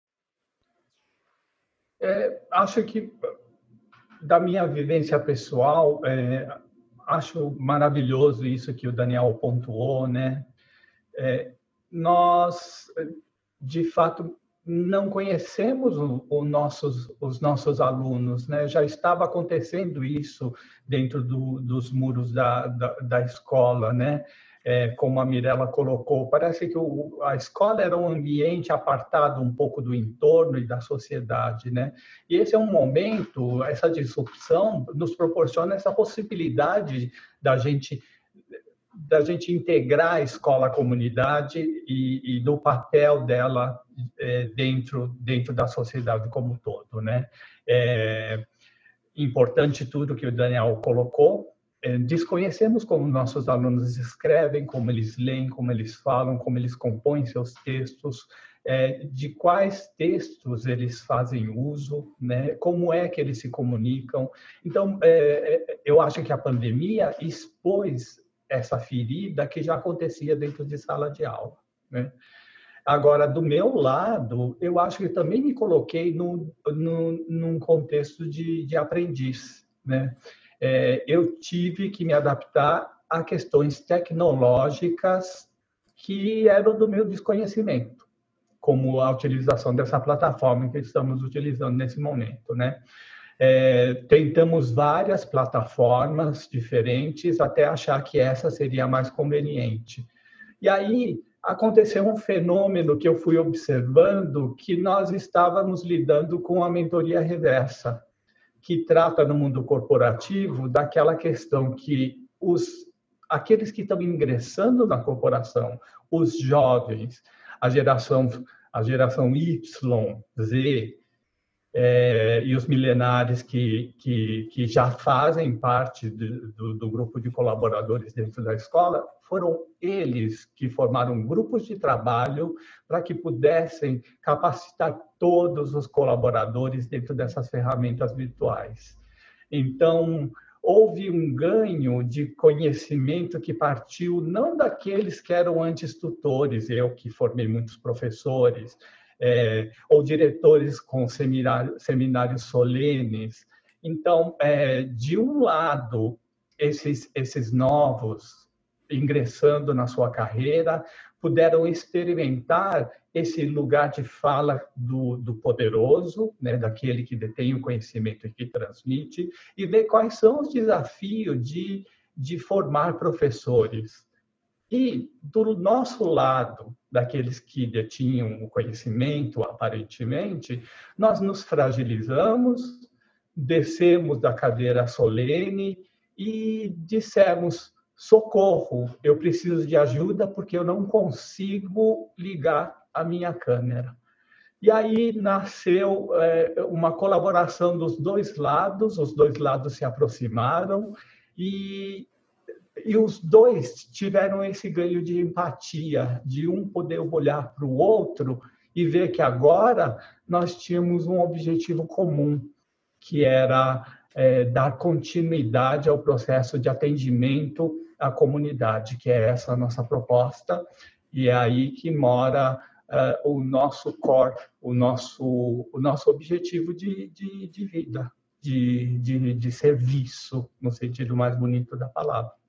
É, acho que, da minha vivência pessoal, é, acho maravilhoso isso que o Daniel pontuou, né? É, nós, de fato, não conhecemos o, o nossos, os nossos alunos, né? Já estava acontecendo isso dentro do, dos muros da, da, da escola, né? É, como a Mirella colocou, parece que o, a escola era um ambiente apartado um pouco do entorno e da sociedade, né? E esse é um momento, essa disrupção nos proporciona essa possibilidade da gente da gente integrar a escola à comunidade e, e do papel dela é, dentro dentro da sociedade como um todo, né? É importante tudo que o Daniel colocou. Desconhecemos como nossos alunos escrevem, como eles leem, como eles falam, como eles compõem seus textos, de quais textos eles fazem uso, né? Como é que eles se comunicam. Então, eu acho que a pandemia expôs essa ferida que já acontecia dentro de sala de aula, né? Agora, do meu lado, eu acho que também me coloquei no, no, num contexto de, de aprendiz, né? É, eu tive que me adaptar a questões tecnológicas que eram do meu desconhecimento, como a utilização dessa plataforma que estamos utilizando nesse momento, né? É, tentamos várias plataformas diferentes até achar que essa seria a mais conveniente. E aí aconteceu um fenômeno que eu fui observando, que nós estávamos lidando com a mentoria reversa, que trata no mundo corporativo daquela questão que os, aqueles que estão ingressando na corporação, os jovens, a geração, a geração Y, Z, é, e os milenares que, que, que já fazem parte do, do, do grupo de colaboradores dentro da escola, foram eles que formaram grupos de trabalho para que pudessem capacitar todos os colaboradores dentro dessas ferramentas virtuais. Então, houve um ganho de conhecimento que partiu não daqueles que eram antes tutores, eu que formei muitos professores, É, ou diretores com seminário, seminários solenes. Então, é, de um lado, esses, esses novos, ingressando na sua carreira, puderam experimentar esse lugar de fala do, do poderoso, né, daquele que detém o conhecimento e que transmite, e ver quais são os desafios de, de formar professores. E, do nosso lado, daqueles que detinham o conhecimento, aparentemente, nós nos fragilizamos, descemos da cadeira solene e dissemos: socorro, eu preciso de ajuda porque eu não consigo ligar a minha câmera. E aí nasceu é, uma colaboração dos dois lados, os dois lados se aproximaram e E os dois tiveram esse ganho de empatia, de um poder olhar para o outro e ver que agora nós tínhamos um objetivo comum, que era é, dar continuidade ao processo de atendimento à comunidade, que é essa a nossa proposta, e é aí que mora uh, o nosso core, o nosso, o nosso objetivo de, de, de vida, de, de, de serviço, no sentido mais bonito da palavra.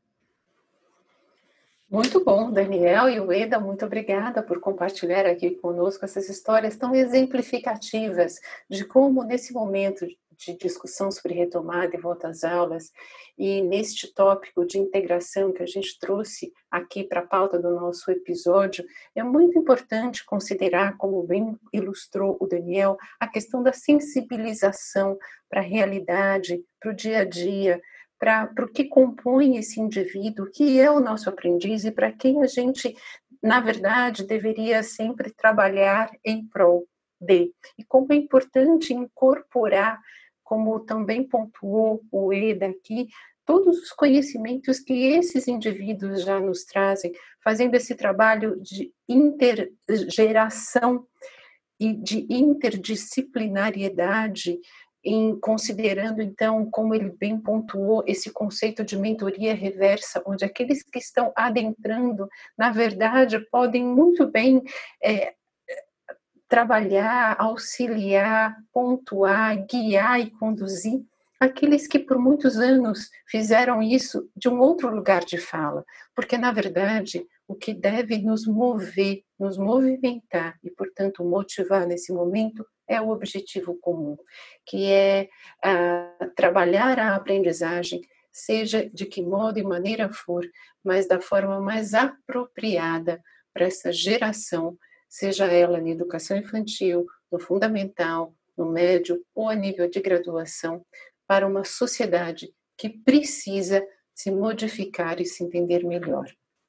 Muito bom, Daniel e Ueda, muito obrigada por compartilhar aqui conosco essas histórias tão exemplificativas de como, nesse momento de discussão sobre retomada e volta às aulas, e neste tópico de integração que a gente trouxe aqui para a pauta do nosso episódio, é muito importante considerar, como bem ilustrou o Daniel, a questão da sensibilização para a realidade, para o dia a dia, para o que compõe esse indivíduo, que é o nosso aprendiz e para quem a gente, na verdade, deveria sempre trabalhar em prol de. E como é importante incorporar, como também pontuou o Eda aqui, todos os conhecimentos que esses indivíduos já nos trazem, fazendo esse trabalho de intergeração e de interdisciplinariedade, em considerando, então, como ele bem pontuou, esse conceito de mentoria reversa, onde aqueles que estão adentrando, na verdade, podem muito bem é, trabalhar, auxiliar, pontuar, guiar e conduzir aqueles que por muitos anos fizeram isso de um outro lugar de fala, porque, na verdade, o que deve nos mover, nos movimentar e, portanto, motivar nesse momento é o objetivo comum, que é uh, trabalhar a aprendizagem seja de que modo e maneira for, mas da forma mais apropriada para essa geração, seja ela na educação infantil, no fundamental, no médio ou a nível de graduação, para uma sociedade que precisa se modificar e se entender melhor.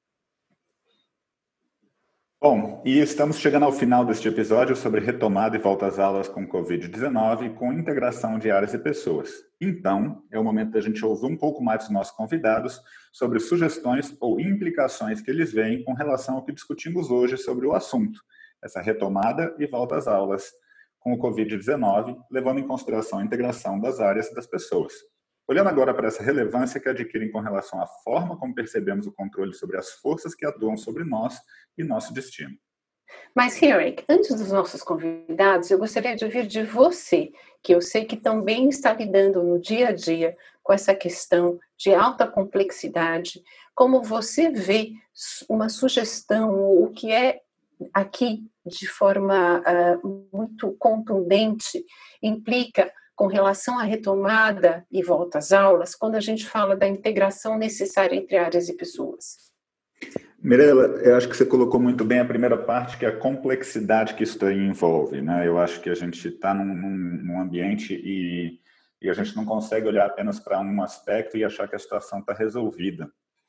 Bom, e estamos chegando ao final deste episódio sobre retomada e volta às aulas com covid dezenove, com integração de áreas e pessoas. Então, é o momento da gente ouvir um pouco mais dos nossos convidados sobre sugestões ou implicações que eles veem com relação ao que discutimos hoje sobre o assunto, essa retomada e volta às aulas com o covid dezenove, levando em consideração a integração das áreas e das pessoas. Olhando agora para essa relevância que adquirem com relação à forma como percebemos o controle sobre as forças que atuam sobre nós e nosso destino. Mas, Henrik, antes dos nossos convidados, eu gostaria de ouvir de você, que eu sei que também está lidando no dia a dia com essa questão de alta complexidade, como você vê uma sugestão, o que é aqui de forma uh, muito contundente, implica com relação à retomada e volta às aulas, quando a gente fala da integração necessária entre áreas e pessoas. Mirela, eu acho que você colocou muito bem a primeira parte, que é a complexidade que isso aí envolve, né? Eu acho que a gente está num, num, num ambiente e, e a gente não consegue olhar apenas para um aspecto e achar que a situação está resolvida.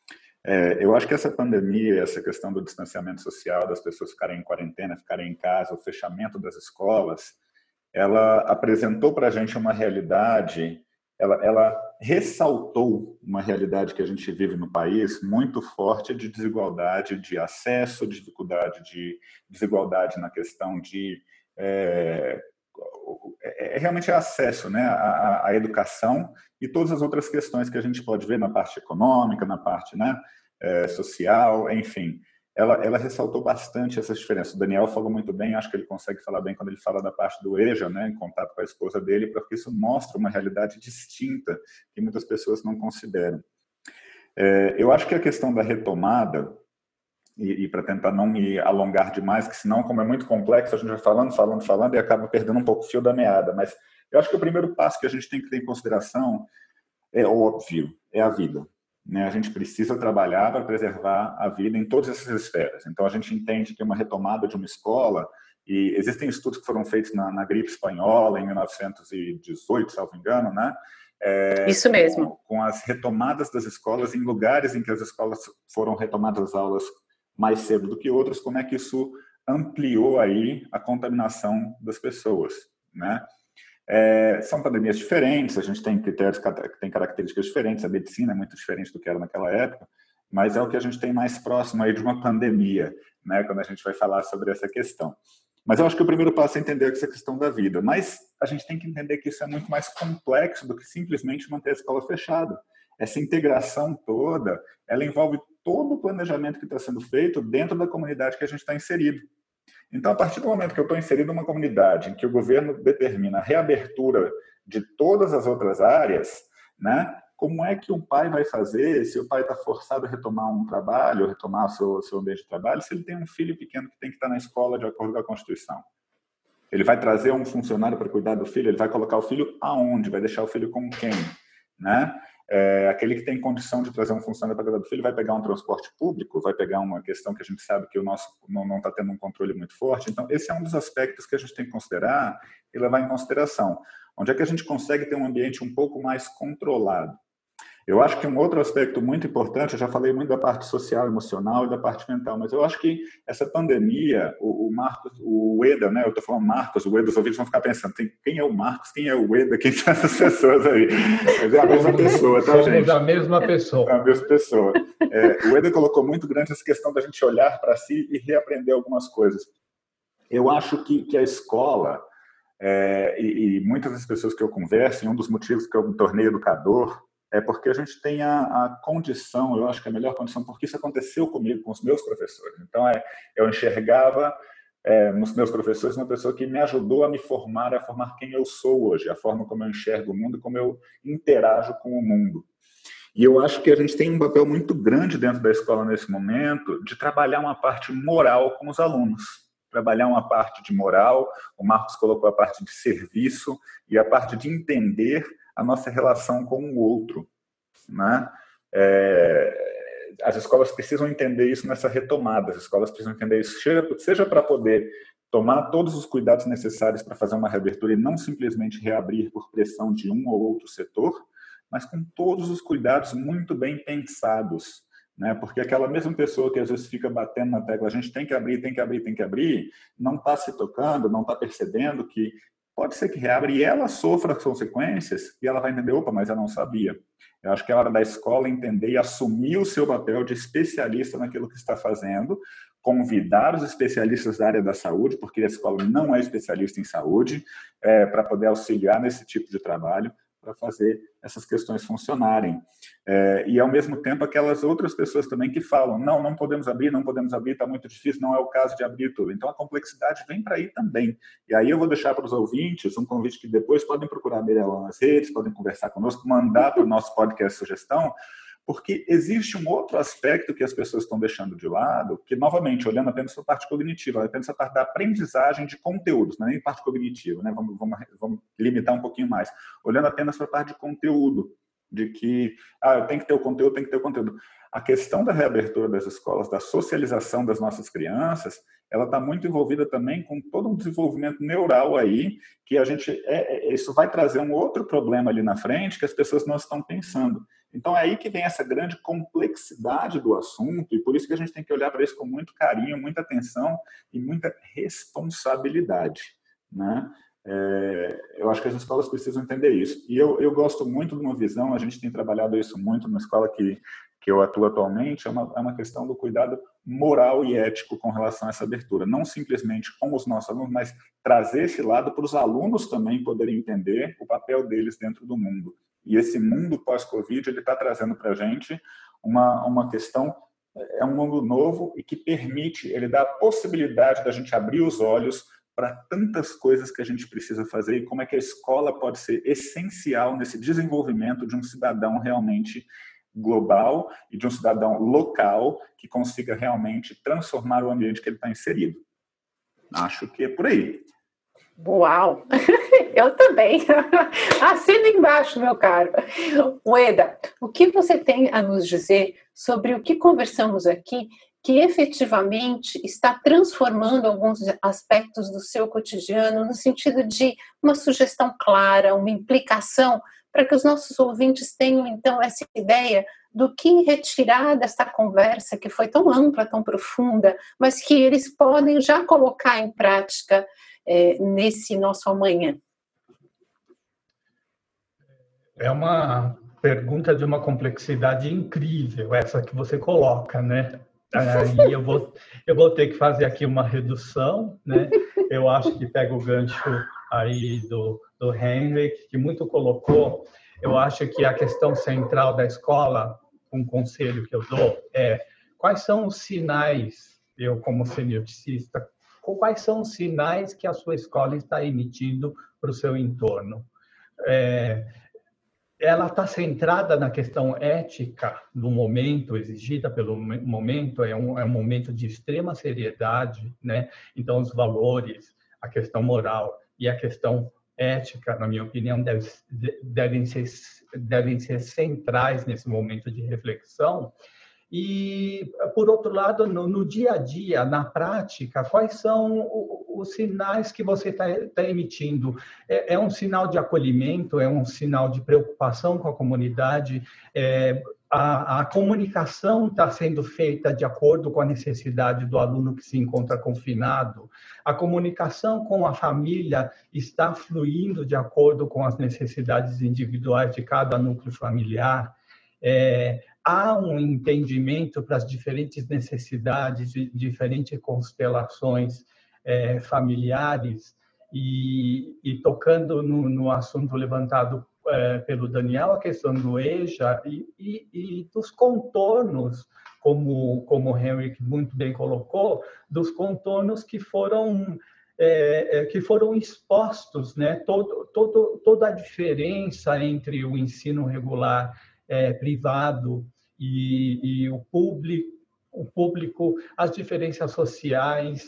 É, eu acho que essa pandemia, essa questão do distanciamento social, das pessoas ficarem em quarentena, ficarem em casa, o fechamento das escolas, ela apresentou para a gente uma realidade, ela, ela ressaltou uma realidade que a gente vive no país muito forte de desigualdade de acesso, dificuldade de desigualdade na questão de é, é, é realmente acesso, né, à, à educação e todas as outras questões que a gente pode ver na parte econômica, na parte, né, é, social, enfim. Ela, ela ressaltou bastante essas diferenças. O Daniel falou muito bem, acho que ele consegue falar bem quando ele fala da parte do EJA, né, em contato com a esposa dele, porque isso mostra uma realidade distinta que muitas pessoas não consideram. É, eu acho que a questão da retomada, e, e para tentar não me alongar demais, que senão, como é muito complexo, a gente vai falando, falando, falando e acaba perdendo um pouco o fio da meada, mas eu acho que o primeiro passo que a gente tem que ter em consideração é óbvio, é a vida. Né, a gente precisa trabalhar para preservar a vida em todas essas esferas. Então, a gente entende que uma retomada de uma escola, e existem estudos que foram feitos na, na gripe espanhola, em mil novecentos e dezoito, se não me engano, né? É, Isso mesmo. Com, com as retomadas das escolas, em lugares em que as escolas foram retomadas as aulas mais cedo do que outros, como é que isso ampliou aí a contaminação das pessoas, né? É, são pandemias diferentes, a gente tem critérios que têm características diferentes, a medicina é muito diferente do que era naquela época, mas é o que a gente tem mais próximo aí de uma pandemia, né, quando a gente vai falar sobre essa questão. Mas eu acho que o primeiro passo é entender essa questão da vida, mas a gente tem que entender que isso é muito mais complexo do que simplesmente manter a escola fechada. Essa integração toda, ela envolve todo o planejamento que está sendo feito dentro da comunidade que a gente está inserido. Então, a partir do momento que eu estou inserido numa comunidade em que o governo determina a reabertura de todas as outras áreas, né, como é que um pai vai fazer se o pai está forçado a retomar um trabalho, retomar o seu, seu ambiente de trabalho, se ele tem um filho pequeno que tem que estar na escola de acordo com a Constituição? Ele vai trazer um funcionário para cuidar do filho? Ele vai colocar o filho aonde? Vai deixar o filho com quem? Né? É, aquele que tem condição de trazer um funcionário para cuidar do filho vai pegar um transporte público, vai pegar uma questão que a gente sabe que o nosso não está tendo um controle muito forte. Então, esse é um dos aspectos que a gente tem que considerar e levar em consideração. Onde é que a gente consegue ter um ambiente um pouco mais controlado? Eu acho que um outro aspecto muito importante, eu já falei muito da parte social, emocional e da parte mental, mas eu acho que essa pandemia, o, o Marcos, o Ueda, né? Eu estou falando Marcos, o Ueda, os ouvintes vão ficar pensando, tem, quem é o Marcos, quem é o Ueda, quem são essas pessoas aí? Mas é a mesma pessoa, tá, gente? Somos a mesma pessoa. É a mesma pessoa. É, o Ueda colocou muito grande essa questão da gente olhar para si e reaprender algumas coisas. Eu acho que, que a escola, é, e, e muitas das pessoas que eu converso, e um dos motivos que eu me tornei educador, é porque a gente tem a, a condição, eu acho que é a melhor condição, porque isso aconteceu comigo, com os meus professores. Então, é, eu enxergava é, nos meus professores uma pessoa que me ajudou a me formar, a formar quem eu sou hoje, a forma como eu enxergo o mundo, como eu interajo com o mundo. E eu acho que a gente tem um papel muito grande dentro da escola nesse momento de trabalhar uma parte moral com os alunos. Trabalhar uma parte de moral, o Marcos colocou a parte de serviço e a parte de entender a nossa relação com o outro. né? É, as escolas precisam entender isso nessa retomada, as escolas precisam entender isso, seja, seja para poder tomar todos os cuidados necessários para fazer uma reabertura e não simplesmente reabrir por pressão de um ou outro setor, mas com todos os cuidados muito bem pensados, né? Porque aquela mesma pessoa que às vezes fica batendo na tecla, a gente tem que abrir, tem que abrir, tem que abrir, não está se tocando, não está percebendo que pode ser que reabra e ela sofra as consequências e ela vai entender, opa, mas eu não sabia. Eu acho que é hora da escola entender e assumir o seu papel de especialista naquilo que está fazendo, convidar os especialistas da área da saúde, porque a escola não é especialista em saúde, é, para poder auxiliar nesse tipo de trabalho, para fazer essas questões funcionarem. É, e, ao mesmo tempo, aquelas outras pessoas também que falam, não, não podemos abrir, não podemos abrir, está muito difícil, não é o caso de abrir tudo. Então, a complexidade vem para aí também. E aí eu vou deixar para os ouvintes um convite que depois podem procurar a Mirella nas redes, podem conversar conosco, mandar para o nosso podcast sugestão, porque existe um outro aspecto que as pessoas estão deixando de lado, que, novamente, olhando apenas para a parte cognitiva, apenas para a parte da aprendizagem de conteúdos, não é nem parte cognitiva, né? vamos, vamos, vamos limitar um pouquinho mais, olhando apenas para a parte de conteúdo, de que ah, eu tenho que ter o conteúdo, tem que ter o conteúdo. A questão da reabertura das escolas, da socialização das nossas crianças, ela está muito envolvida também com todo um desenvolvimento neural aí, que a gente, é, é, isso vai trazer um outro problema ali na frente que as pessoas não estão pensando. Então, é aí que vem essa grande complexidade do assunto, e por isso que a gente tem que olhar para isso com muito carinho, muita atenção e muita responsabilidade, né? É, eu acho que as escolas precisam entender isso. E eu, eu gosto muito de uma visão, a gente tem trabalhado isso muito na escola que, que eu atuo atualmente, é uma, é uma questão do cuidado moral e ético com relação a essa abertura. Não simplesmente com os nossos alunos, mas trazer esse lado para os alunos também poderem entender o papel deles dentro do mundo. E esse mundo pós-Covid, ele está trazendo para a gente uma, uma questão, é um mundo novo e que permite, ele dá a possibilidade da gente abrir os olhos para tantas coisas que a gente precisa fazer e como é que a escola pode ser essencial nesse desenvolvimento de um cidadão realmente global e de um cidadão local que consiga realmente transformar o ambiente que ele está inserido. Acho que é por aí. Uau! Eu também. Assina embaixo, meu caro. Ueda, o que você tem a nos dizer sobre o que conversamos aqui que efetivamente está transformando alguns aspectos do seu cotidiano no sentido de uma sugestão clara, uma implicação, para que os nossos ouvintes tenham, então, essa ideia do que retirar desta conversa que foi tão ampla, tão profunda, mas que eles podem já colocar em prática é, nesse nosso amanhã. É uma pergunta de uma complexidade incrível, essa que você coloca, né? Aí eu vou, eu vou ter que fazer aqui uma redução, né? Eu acho que pega o gancho aí do, do Henrik, que muito colocou. Eu acho que a questão central da escola, um conselho que eu dou, é quais são os sinais, eu como semioticista, quais são os sinais que a sua escola está emitindo para o seu entorno? É, ela está centrada na questão ética do momento, exigida pelo momento, é um, é um momento de extrema seriedade, né? Então, os valores, a questão moral e a questão ética, na minha opinião, deve, devem, ser, devem ser centrais nesse momento de reflexão. E, por outro lado, no, no dia a dia, na prática, quais são os sinais que você está tá emitindo? É, é um sinal de acolhimento? É um sinal de preocupação com a comunidade? É, a, a comunicação está sendo feita de acordo com a necessidade do aluno que se encontra confinado? A comunicação com a família está fluindo de acordo com as necessidades individuais de cada núcleo familiar? É, há um entendimento para as diferentes necessidades, de diferentes constelações é, familiares, e, e tocando no, no assunto levantado é, pelo Daniel, a questão do E J A e, e, e dos contornos, como, como o Henrik muito bem colocou, dos contornos que foram, é, que foram expostos, né? Todo, todo, toda a diferença entre o ensino regular É, privado e, e o, público, o público, as diferenças sociais,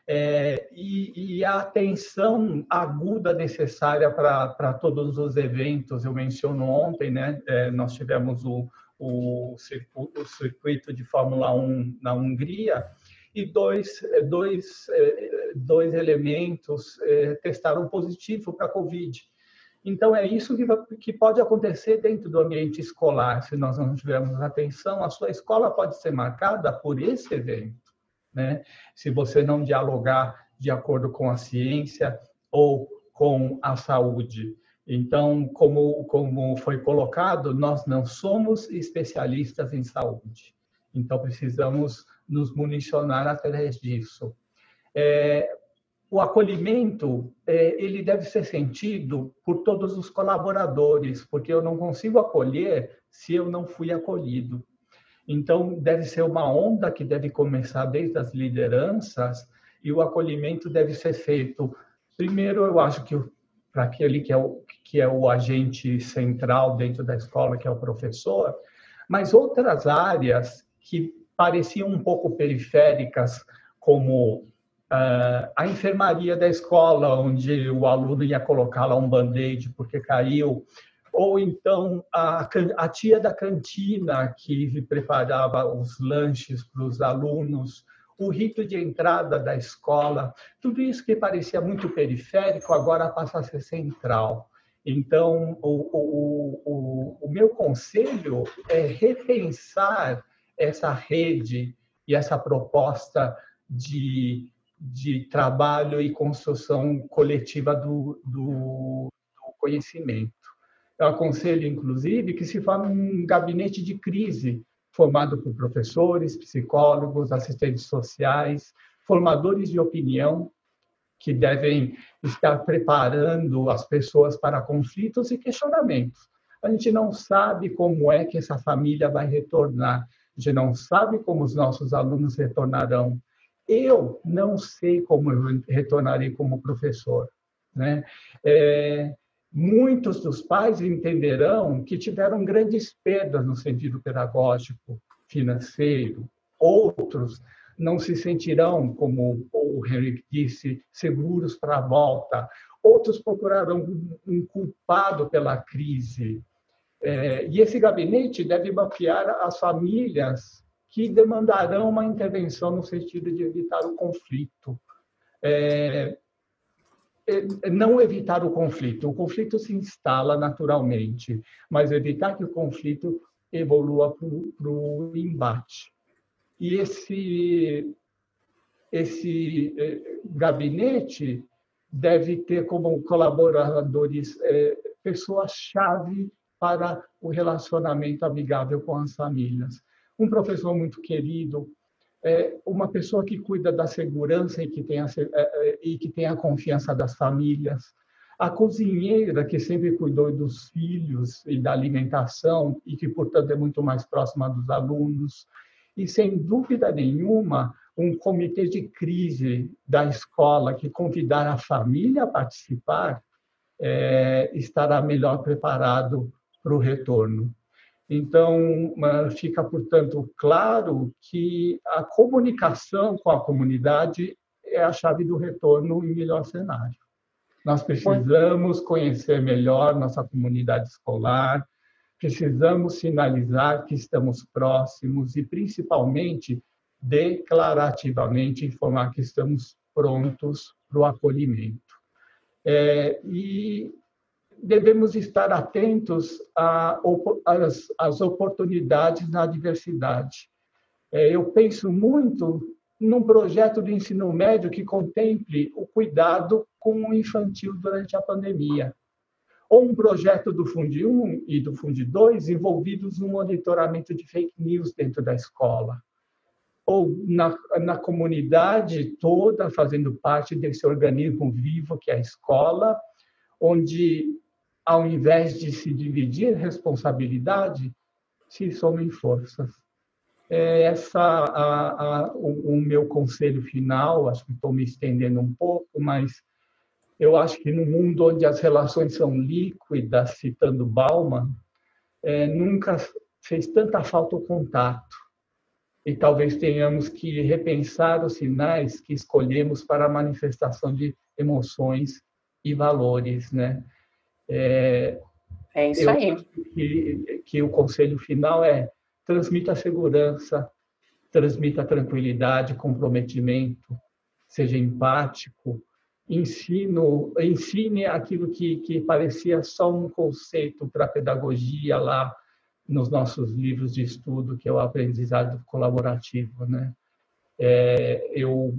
É, e, e a atenção aguda necessária para todos os eventos. Eu menciono ontem, né, é, nós tivemos o, o, circuito, o circuito de Fórmula um na Hungria, e dois, dois, dois elementos é, testaram positivo para a Covid. Então, é isso que, que pode acontecer dentro do ambiente escolar. Se nós não tivermos atenção, a sua escola pode ser marcada por esse evento, né? Se você não dialogar de acordo com a ciência ou com a saúde. Então, como, como foi colocado, nós não somos especialistas em saúde. Então, precisamos nos municionar através disso. É, o acolhimento, é, ele deve ser sentido por todos os colaboradores, porque eu não consigo acolher se eu não fui acolhido. Então, deve ser uma onda que deve começar desde as lideranças, e o acolhimento deve ser feito. Primeiro, eu acho que para aquele que é, o, que é o agente central dentro da escola, que é o professor, mas outras áreas que pareciam um pouco periféricas, como uh, a enfermaria da escola, onde o aluno ia colocar lá um band-aid porque caiu, ou então a, a tia da cantina que preparava os lanches para os alunos, o rito de entrada da escola, tudo isso que parecia muito periférico agora passa a ser central. Então, o, o, o, o meu conselho é repensar essa rede e essa proposta de, de trabalho e construção coletiva do, do, do conhecimento. Eu aconselho, inclusive, que se forme um gabinete de crise, formado por professores, psicólogos, assistentes sociais, formadores de opinião, que devem estar preparando as pessoas para conflitos e questionamentos. A gente não sabe como é que essa família vai retornar, a gente não sabe como os nossos alunos retornarão. Eu não sei como eu retornarei como professor, né? É, muitos dos pais entenderão que tiveram grandes perdas no sentido pedagógico, financeiro. Outros não se sentirão, como o Henrique disse, seguros para a volta. Outros procurarão um culpado pela crise. É, e esse gabinete deve mapear as famílias que demandarão uma intervenção no sentido de evitar o conflito. É, não evitar o conflito. O conflito se instala naturalmente, mas evitar que o conflito evolua para o embate. E esse, esse eh, gabinete deve ter como colaboradores eh, pessoas-chave para o relacionamento amigável com as famílias. Um professor muito querido, é uma pessoa que cuida da segurança e que tem a, e que tem a confiança das famílias, a cozinheira que sempre cuidou dos filhos e da alimentação e que, portanto, é muito mais próxima dos alunos, e, sem dúvida nenhuma, um comitê de crise da escola que convidar a família a participar é, estará melhor preparado para o retorno. Então, fica, portanto, claro que a comunicação com a comunidade é a chave do retorno em melhor cenário. Nós precisamos conhecer melhor nossa comunidade escolar, precisamos sinalizar que estamos próximos e, principalmente, declarativamente informar que estamos prontos para o acolhimento. É, e devemos estar atentos às, às oportunidades na diversidade. Eu penso muito num projeto de ensino médio que contemple o cuidado com o infantil durante a pandemia, ou um projeto do Fundi um e do Fundi dois envolvidos no monitoramento de fake news dentro da escola, ou na, na comunidade toda fazendo parte desse organismo vivo que é a escola, onde, ao invés de se dividir responsabilidade, se somem forças. É essa a, a, o, o meu conselho final. Acho que estou me estendendo um pouco, mas eu acho que no mundo onde as relações são líquidas, citando Bauman, é, nunca fez tanta falta o contato. e talvez tenhamos que repensar os sinais que escolhemos para a manifestação de emoções e valores, né? É, é isso eu aí. acho que, que o conselho final é: transmita segurança, transmita tranquilidade, comprometimento, seja empático, ensino, ensine aquilo que, que parecia só um conceito para a pedagogia lá nos nossos livros de estudo, que é o aprendizado colaborativo, né? É, eu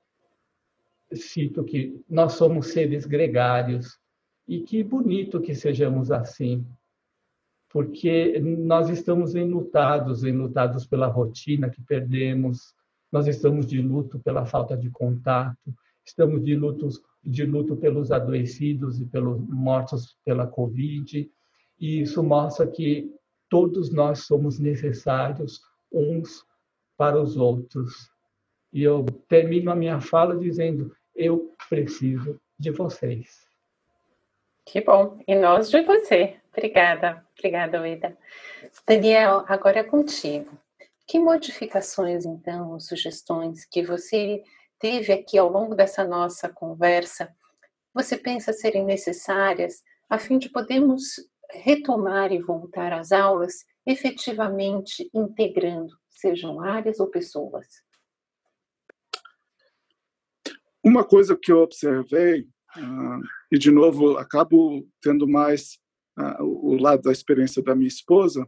cito que nós somos seres gregários, e que bonito que sejamos assim, porque nós estamos enlutados, enlutados pela rotina que perdemos, nós estamos de luto pela falta de contato, estamos de luto, de luto pelos adoecidos e pelos mortos pela Covid, e isso mostra que todos nós somos necessários uns para os outros. E eu termino a minha fala dizendo: eu preciso de vocês. Que bom. E nós de você. Obrigada. Obrigada, Ueda. Daniel, agora é contigo. Que modificações, então, ou sugestões que você teve aqui ao longo dessa nossa conversa, você pensa serem necessárias a fim de podermos retomar e voltar às aulas efetivamente integrando, sejam áreas ou pessoas? Uma coisa que eu observei, uh, e de novo acabo tendo mais uh, o lado da experiência da minha esposa,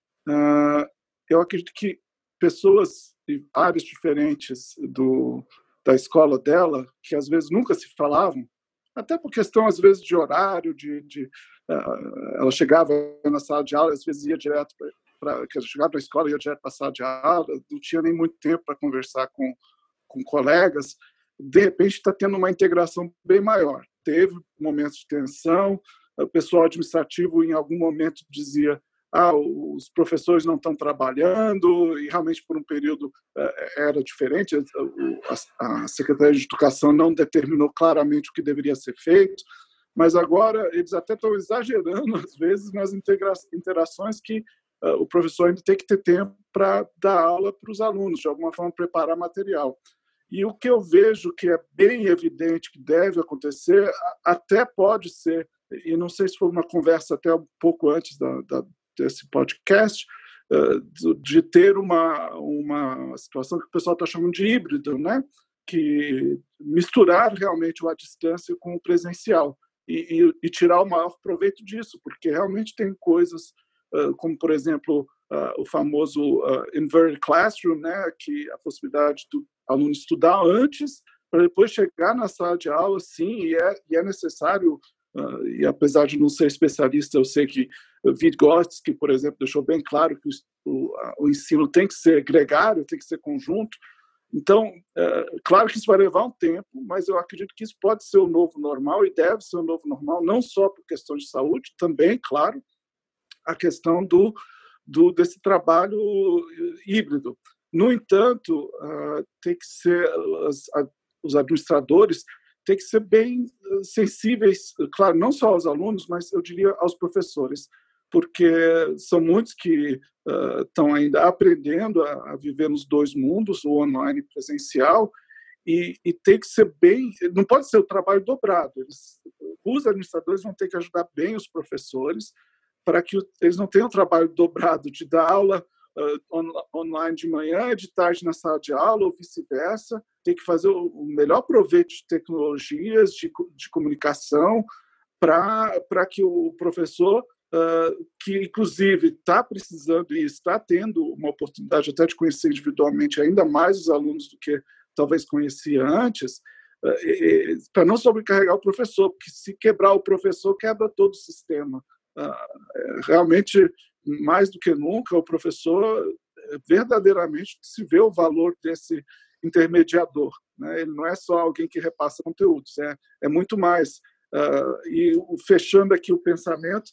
uh, eu acredito que pessoas de áreas diferentes do, da escola dela, que às vezes nunca se falavam, até por questão às vezes de horário, de, de uh, ela chegava na sala de aula, às vezes ia direto para chegava na escola, ia direto para a sala de aula, não tinha nem muito tempo para conversar com, com colegas. De repente está tendo uma integração bem maior. Teve momentos de tensão, o pessoal administrativo em algum momento dizia: ah, os professores não estão trabalhando, e realmente por um período era diferente, a Secretaria de Educação não determinou claramente o que deveria ser feito, mas agora eles até estão exagerando, às vezes, nas interações que o professor ainda tem que ter tempo para dar aula para os alunos, de alguma forma preparar material. E o que eu vejo que é bem evidente que deve acontecer, até pode ser, e não sei se foi uma conversa até um pouco antes da, da, desse podcast, de ter uma, uma situação que o pessoal está chamando de híbrido, né? Que misturar realmente a distância com o presencial e, e, e tirar o maior proveito disso, porque realmente tem coisas, como, por exemplo, o famoso inverted classroom, né? Que a possibilidade do aluno estudar antes para depois chegar na sala de aula, sim, e é, e é necessário, uh, e apesar de não ser especialista, eu sei que Vygotsky, por exemplo, deixou bem claro que o, o ensino tem que ser gregário, tem que ser conjunto. Então, uh, claro que isso vai levar um tempo, mas eu acredito que isso pode ser o novo normal e deve ser o novo normal, não só por questão de saúde, também, claro, a questão do, do, desse trabalho híbrido. No entanto, uh, tem que ser as, a, os administradores têm que ser bem sensíveis, claro, não só aos alunos, mas eu diria aos professores, porque são muitos que uh, estão ainda aprendendo a, a viver nos dois mundos, o online e o presencial, e, e tem que ser bem, não pode ser o trabalho dobrado. Eles, os administradores vão ter que ajudar bem os professores para que eles não tenham o trabalho dobrado de dar aula Uh, on, online de manhã, de tarde na sala de aula, ou vice-versa. Tem que fazer o, o melhor proveito de tecnologias, de, de comunicação, para que o professor, uh, que inclusive está precisando e está tendo uma oportunidade até de conhecer individualmente ainda mais os alunos do que talvez conhecia antes, uh, para não sobrecarregar o professor, porque se quebrar o professor, quebra todo o sistema. Uh, realmente, mais do que nunca, o professor verdadeiramente se vê o valor desse intermediador, né? Ele não é só alguém que repassa conteúdos, é, é muito mais. Uh, e fechando aqui o pensamento,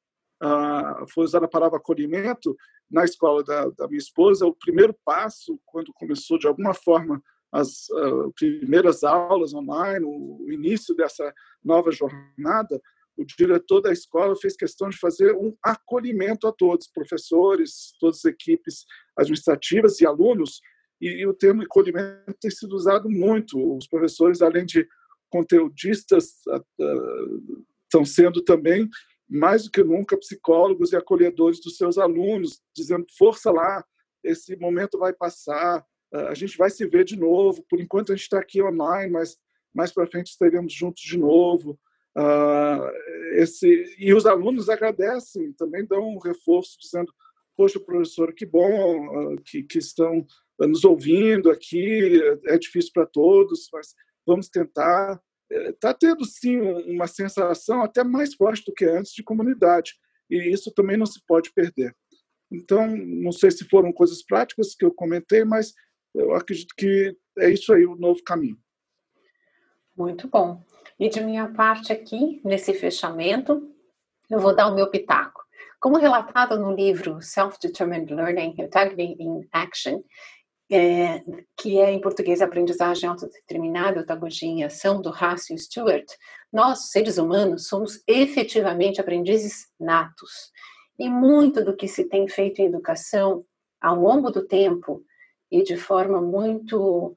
uh, foi usada a palavra acolhimento na escola da, da minha esposa. O primeiro passo, quando começou de alguma forma as uh, primeiras aulas online, o, o início dessa nova jornada, o diretor da escola fez questão de fazer um acolhimento a todos, professores, todas as equipes administrativas e alunos, e, e o termo acolhimento tem sido usado muito. Os professores, além de conteudistas, estão sendo também, mais do que nunca, psicólogos e acolhedores dos seus alunos, dizendo, força lá, esse momento vai passar, a gente vai se ver de novo, por enquanto a gente está aqui online, mas mais para frente estaremos juntos de novo. Uh, esse, e os alunos agradecem, também dão um reforço, dizendo, poxa, professor, que bom uh, que, que estão nos ouvindo aqui, é difícil para todos, mas vamos tentar. Está tendo, sim, uma sensação até mais forte do que antes de comunidade, e isso também não se pode perder. Então, não sei se foram coisas práticas que eu comentei, mas eu acredito que é isso aí, o novo caminho. Muito bom. E de minha parte aqui, nesse fechamento, eu vou dar o meu pitaco. Como relatado no livro Self-Determined Learning, Integrity in Action, é, que é em português Aprendizagem Autodeterminada, Eutagogia em Ação, do Horace Stewart, nós, seres humanos, somos efetivamente aprendizes natos. E muito do que se tem feito em educação, ao longo do tempo, e de forma muito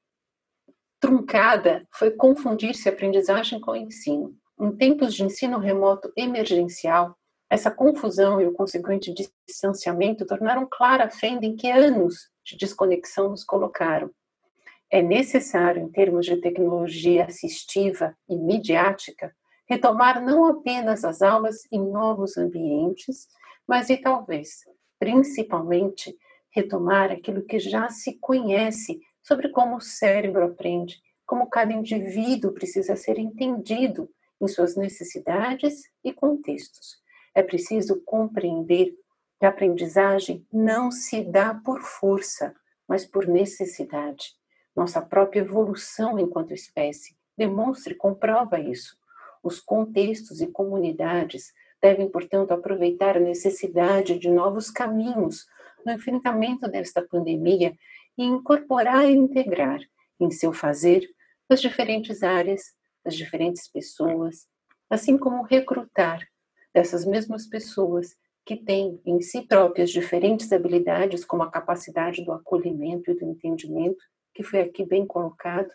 truncada, foi confundir-se aprendizagem com ensino. Em tempos de ensino remoto emergencial, essa confusão e o consequente distanciamento tornaram clara a fenda em que anos de desconexão nos colocaram. É necessário, em termos de tecnologia assistiva e midiática, retomar não apenas as aulas em novos ambientes, mas e talvez, principalmente, retomar aquilo que já se conhece sobre como o cérebro aprende, como cada indivíduo precisa ser entendido em suas necessidades e contextos. É preciso compreender que a aprendizagem não se dá por força, mas por necessidade. Nossa própria evolução enquanto espécie demonstra e comprova isso. Os contextos e comunidades devem, portanto, aproveitar a necessidade de novos caminhos no enfrentamento desta pandemia e incorporar e integrar em seu fazer as diferentes áreas, as diferentes pessoas, assim como recrutar dessas mesmas pessoas que têm em si próprias diferentes habilidades, como a capacidade do acolhimento e do entendimento, que foi aqui bem colocado,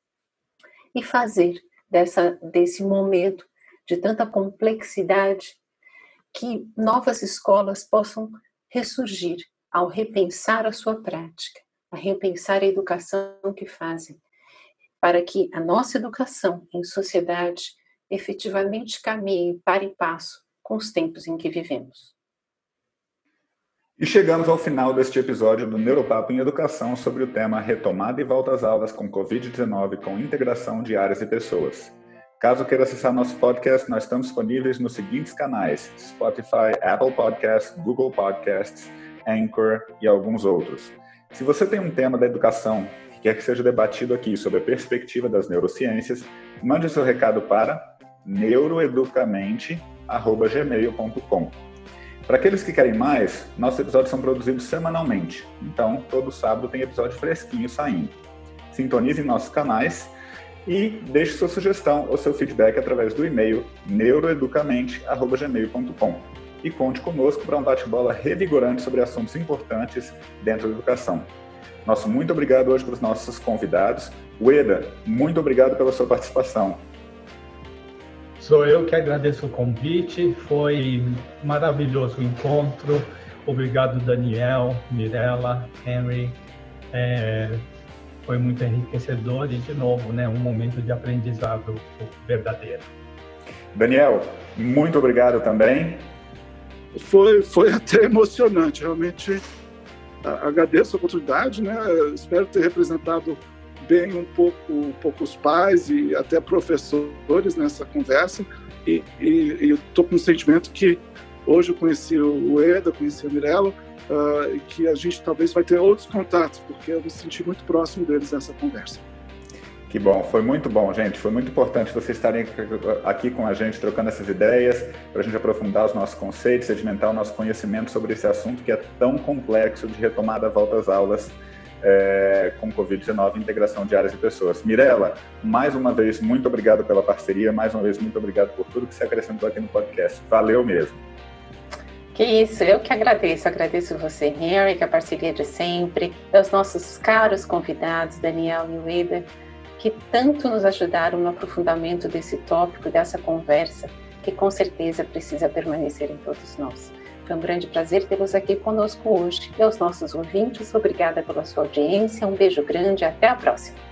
e fazer dessa, desse momento de tanta complexidade que novas escolas possam ressurgir ao repensar a sua prática, a repensar a educação que fazem, para que a nossa educação em sociedade efetivamente caminhe para e passo com os tempos em que vivemos. E chegamos ao final deste episódio do Neuropapo em Educação sobre o tema Retomada e Volta às Aulas com covid dezenove com integração de áreas e pessoas. Caso queira acessar nosso podcast, nós estamos disponíveis nos seguintes canais: Spotify, Apple Podcasts, Google Podcasts, Anchor e alguns outros. Se você tem um tema da educação que quer que seja debatido aqui sob a perspectiva das neurociências, mande seu recado para neuroeducamente arroba gmail ponto com. Para aqueles que querem mais, nossos episódios são produzidos semanalmente, então todo sábado tem episódio fresquinho saindo. Sintonize em nossos canais e deixe sua sugestão ou seu feedback através do e-mail neuroeducamente arroba gmail ponto com e conte conosco para um bate-bola revigorante sobre assuntos importantes dentro da educação. Nosso muito obrigado hoje para os nossos convidados. Ueda, muito obrigado pela sua participação. Sou eu que agradeço o convite, foi maravilhoso o encontro. Obrigado, Daniel, Mirella, Henry. É, foi muito enriquecedor e, de novo, né, um momento de aprendizado verdadeiro. Daniel, muito obrigado também. Foi, foi até emocionante, realmente. Agradeço a oportunidade, né? Espero ter representado bem um pouco, um pouco os pais e até professores nessa conversa, e estou com um sentimento que hoje eu conheci o Eda, conheci a Mirella, uh, e que a gente talvez vai ter outros contatos, porque eu me senti muito próximo deles nessa conversa. Que bom, foi muito bom, gente, foi muito importante vocês estarem aqui com a gente, trocando essas ideias, para a gente aprofundar os nossos conceitos, sedimentar o nosso conhecimento sobre esse assunto que é tão complexo de retomada à volta às aulas é, com covid dezenove e integração de áreas e pessoas. Mirela, mais uma vez, muito obrigado pela parceria, mais uma vez, muito obrigado por tudo que você acrescentou aqui no podcast. Valeu mesmo. Que isso, eu que agradeço, agradeço você, Henrique, a parceria de sempre, aos nossos caros convidados, Daniel e Ueda, que tanto nos ajudaram no aprofundamento desse tópico, dessa conversa, que com certeza precisa permanecer em todos nós. Foi um grande prazer tê-los aqui conosco hoje. E aos nossos ouvintes, obrigada pela sua audiência, um beijo grande e até a próxima.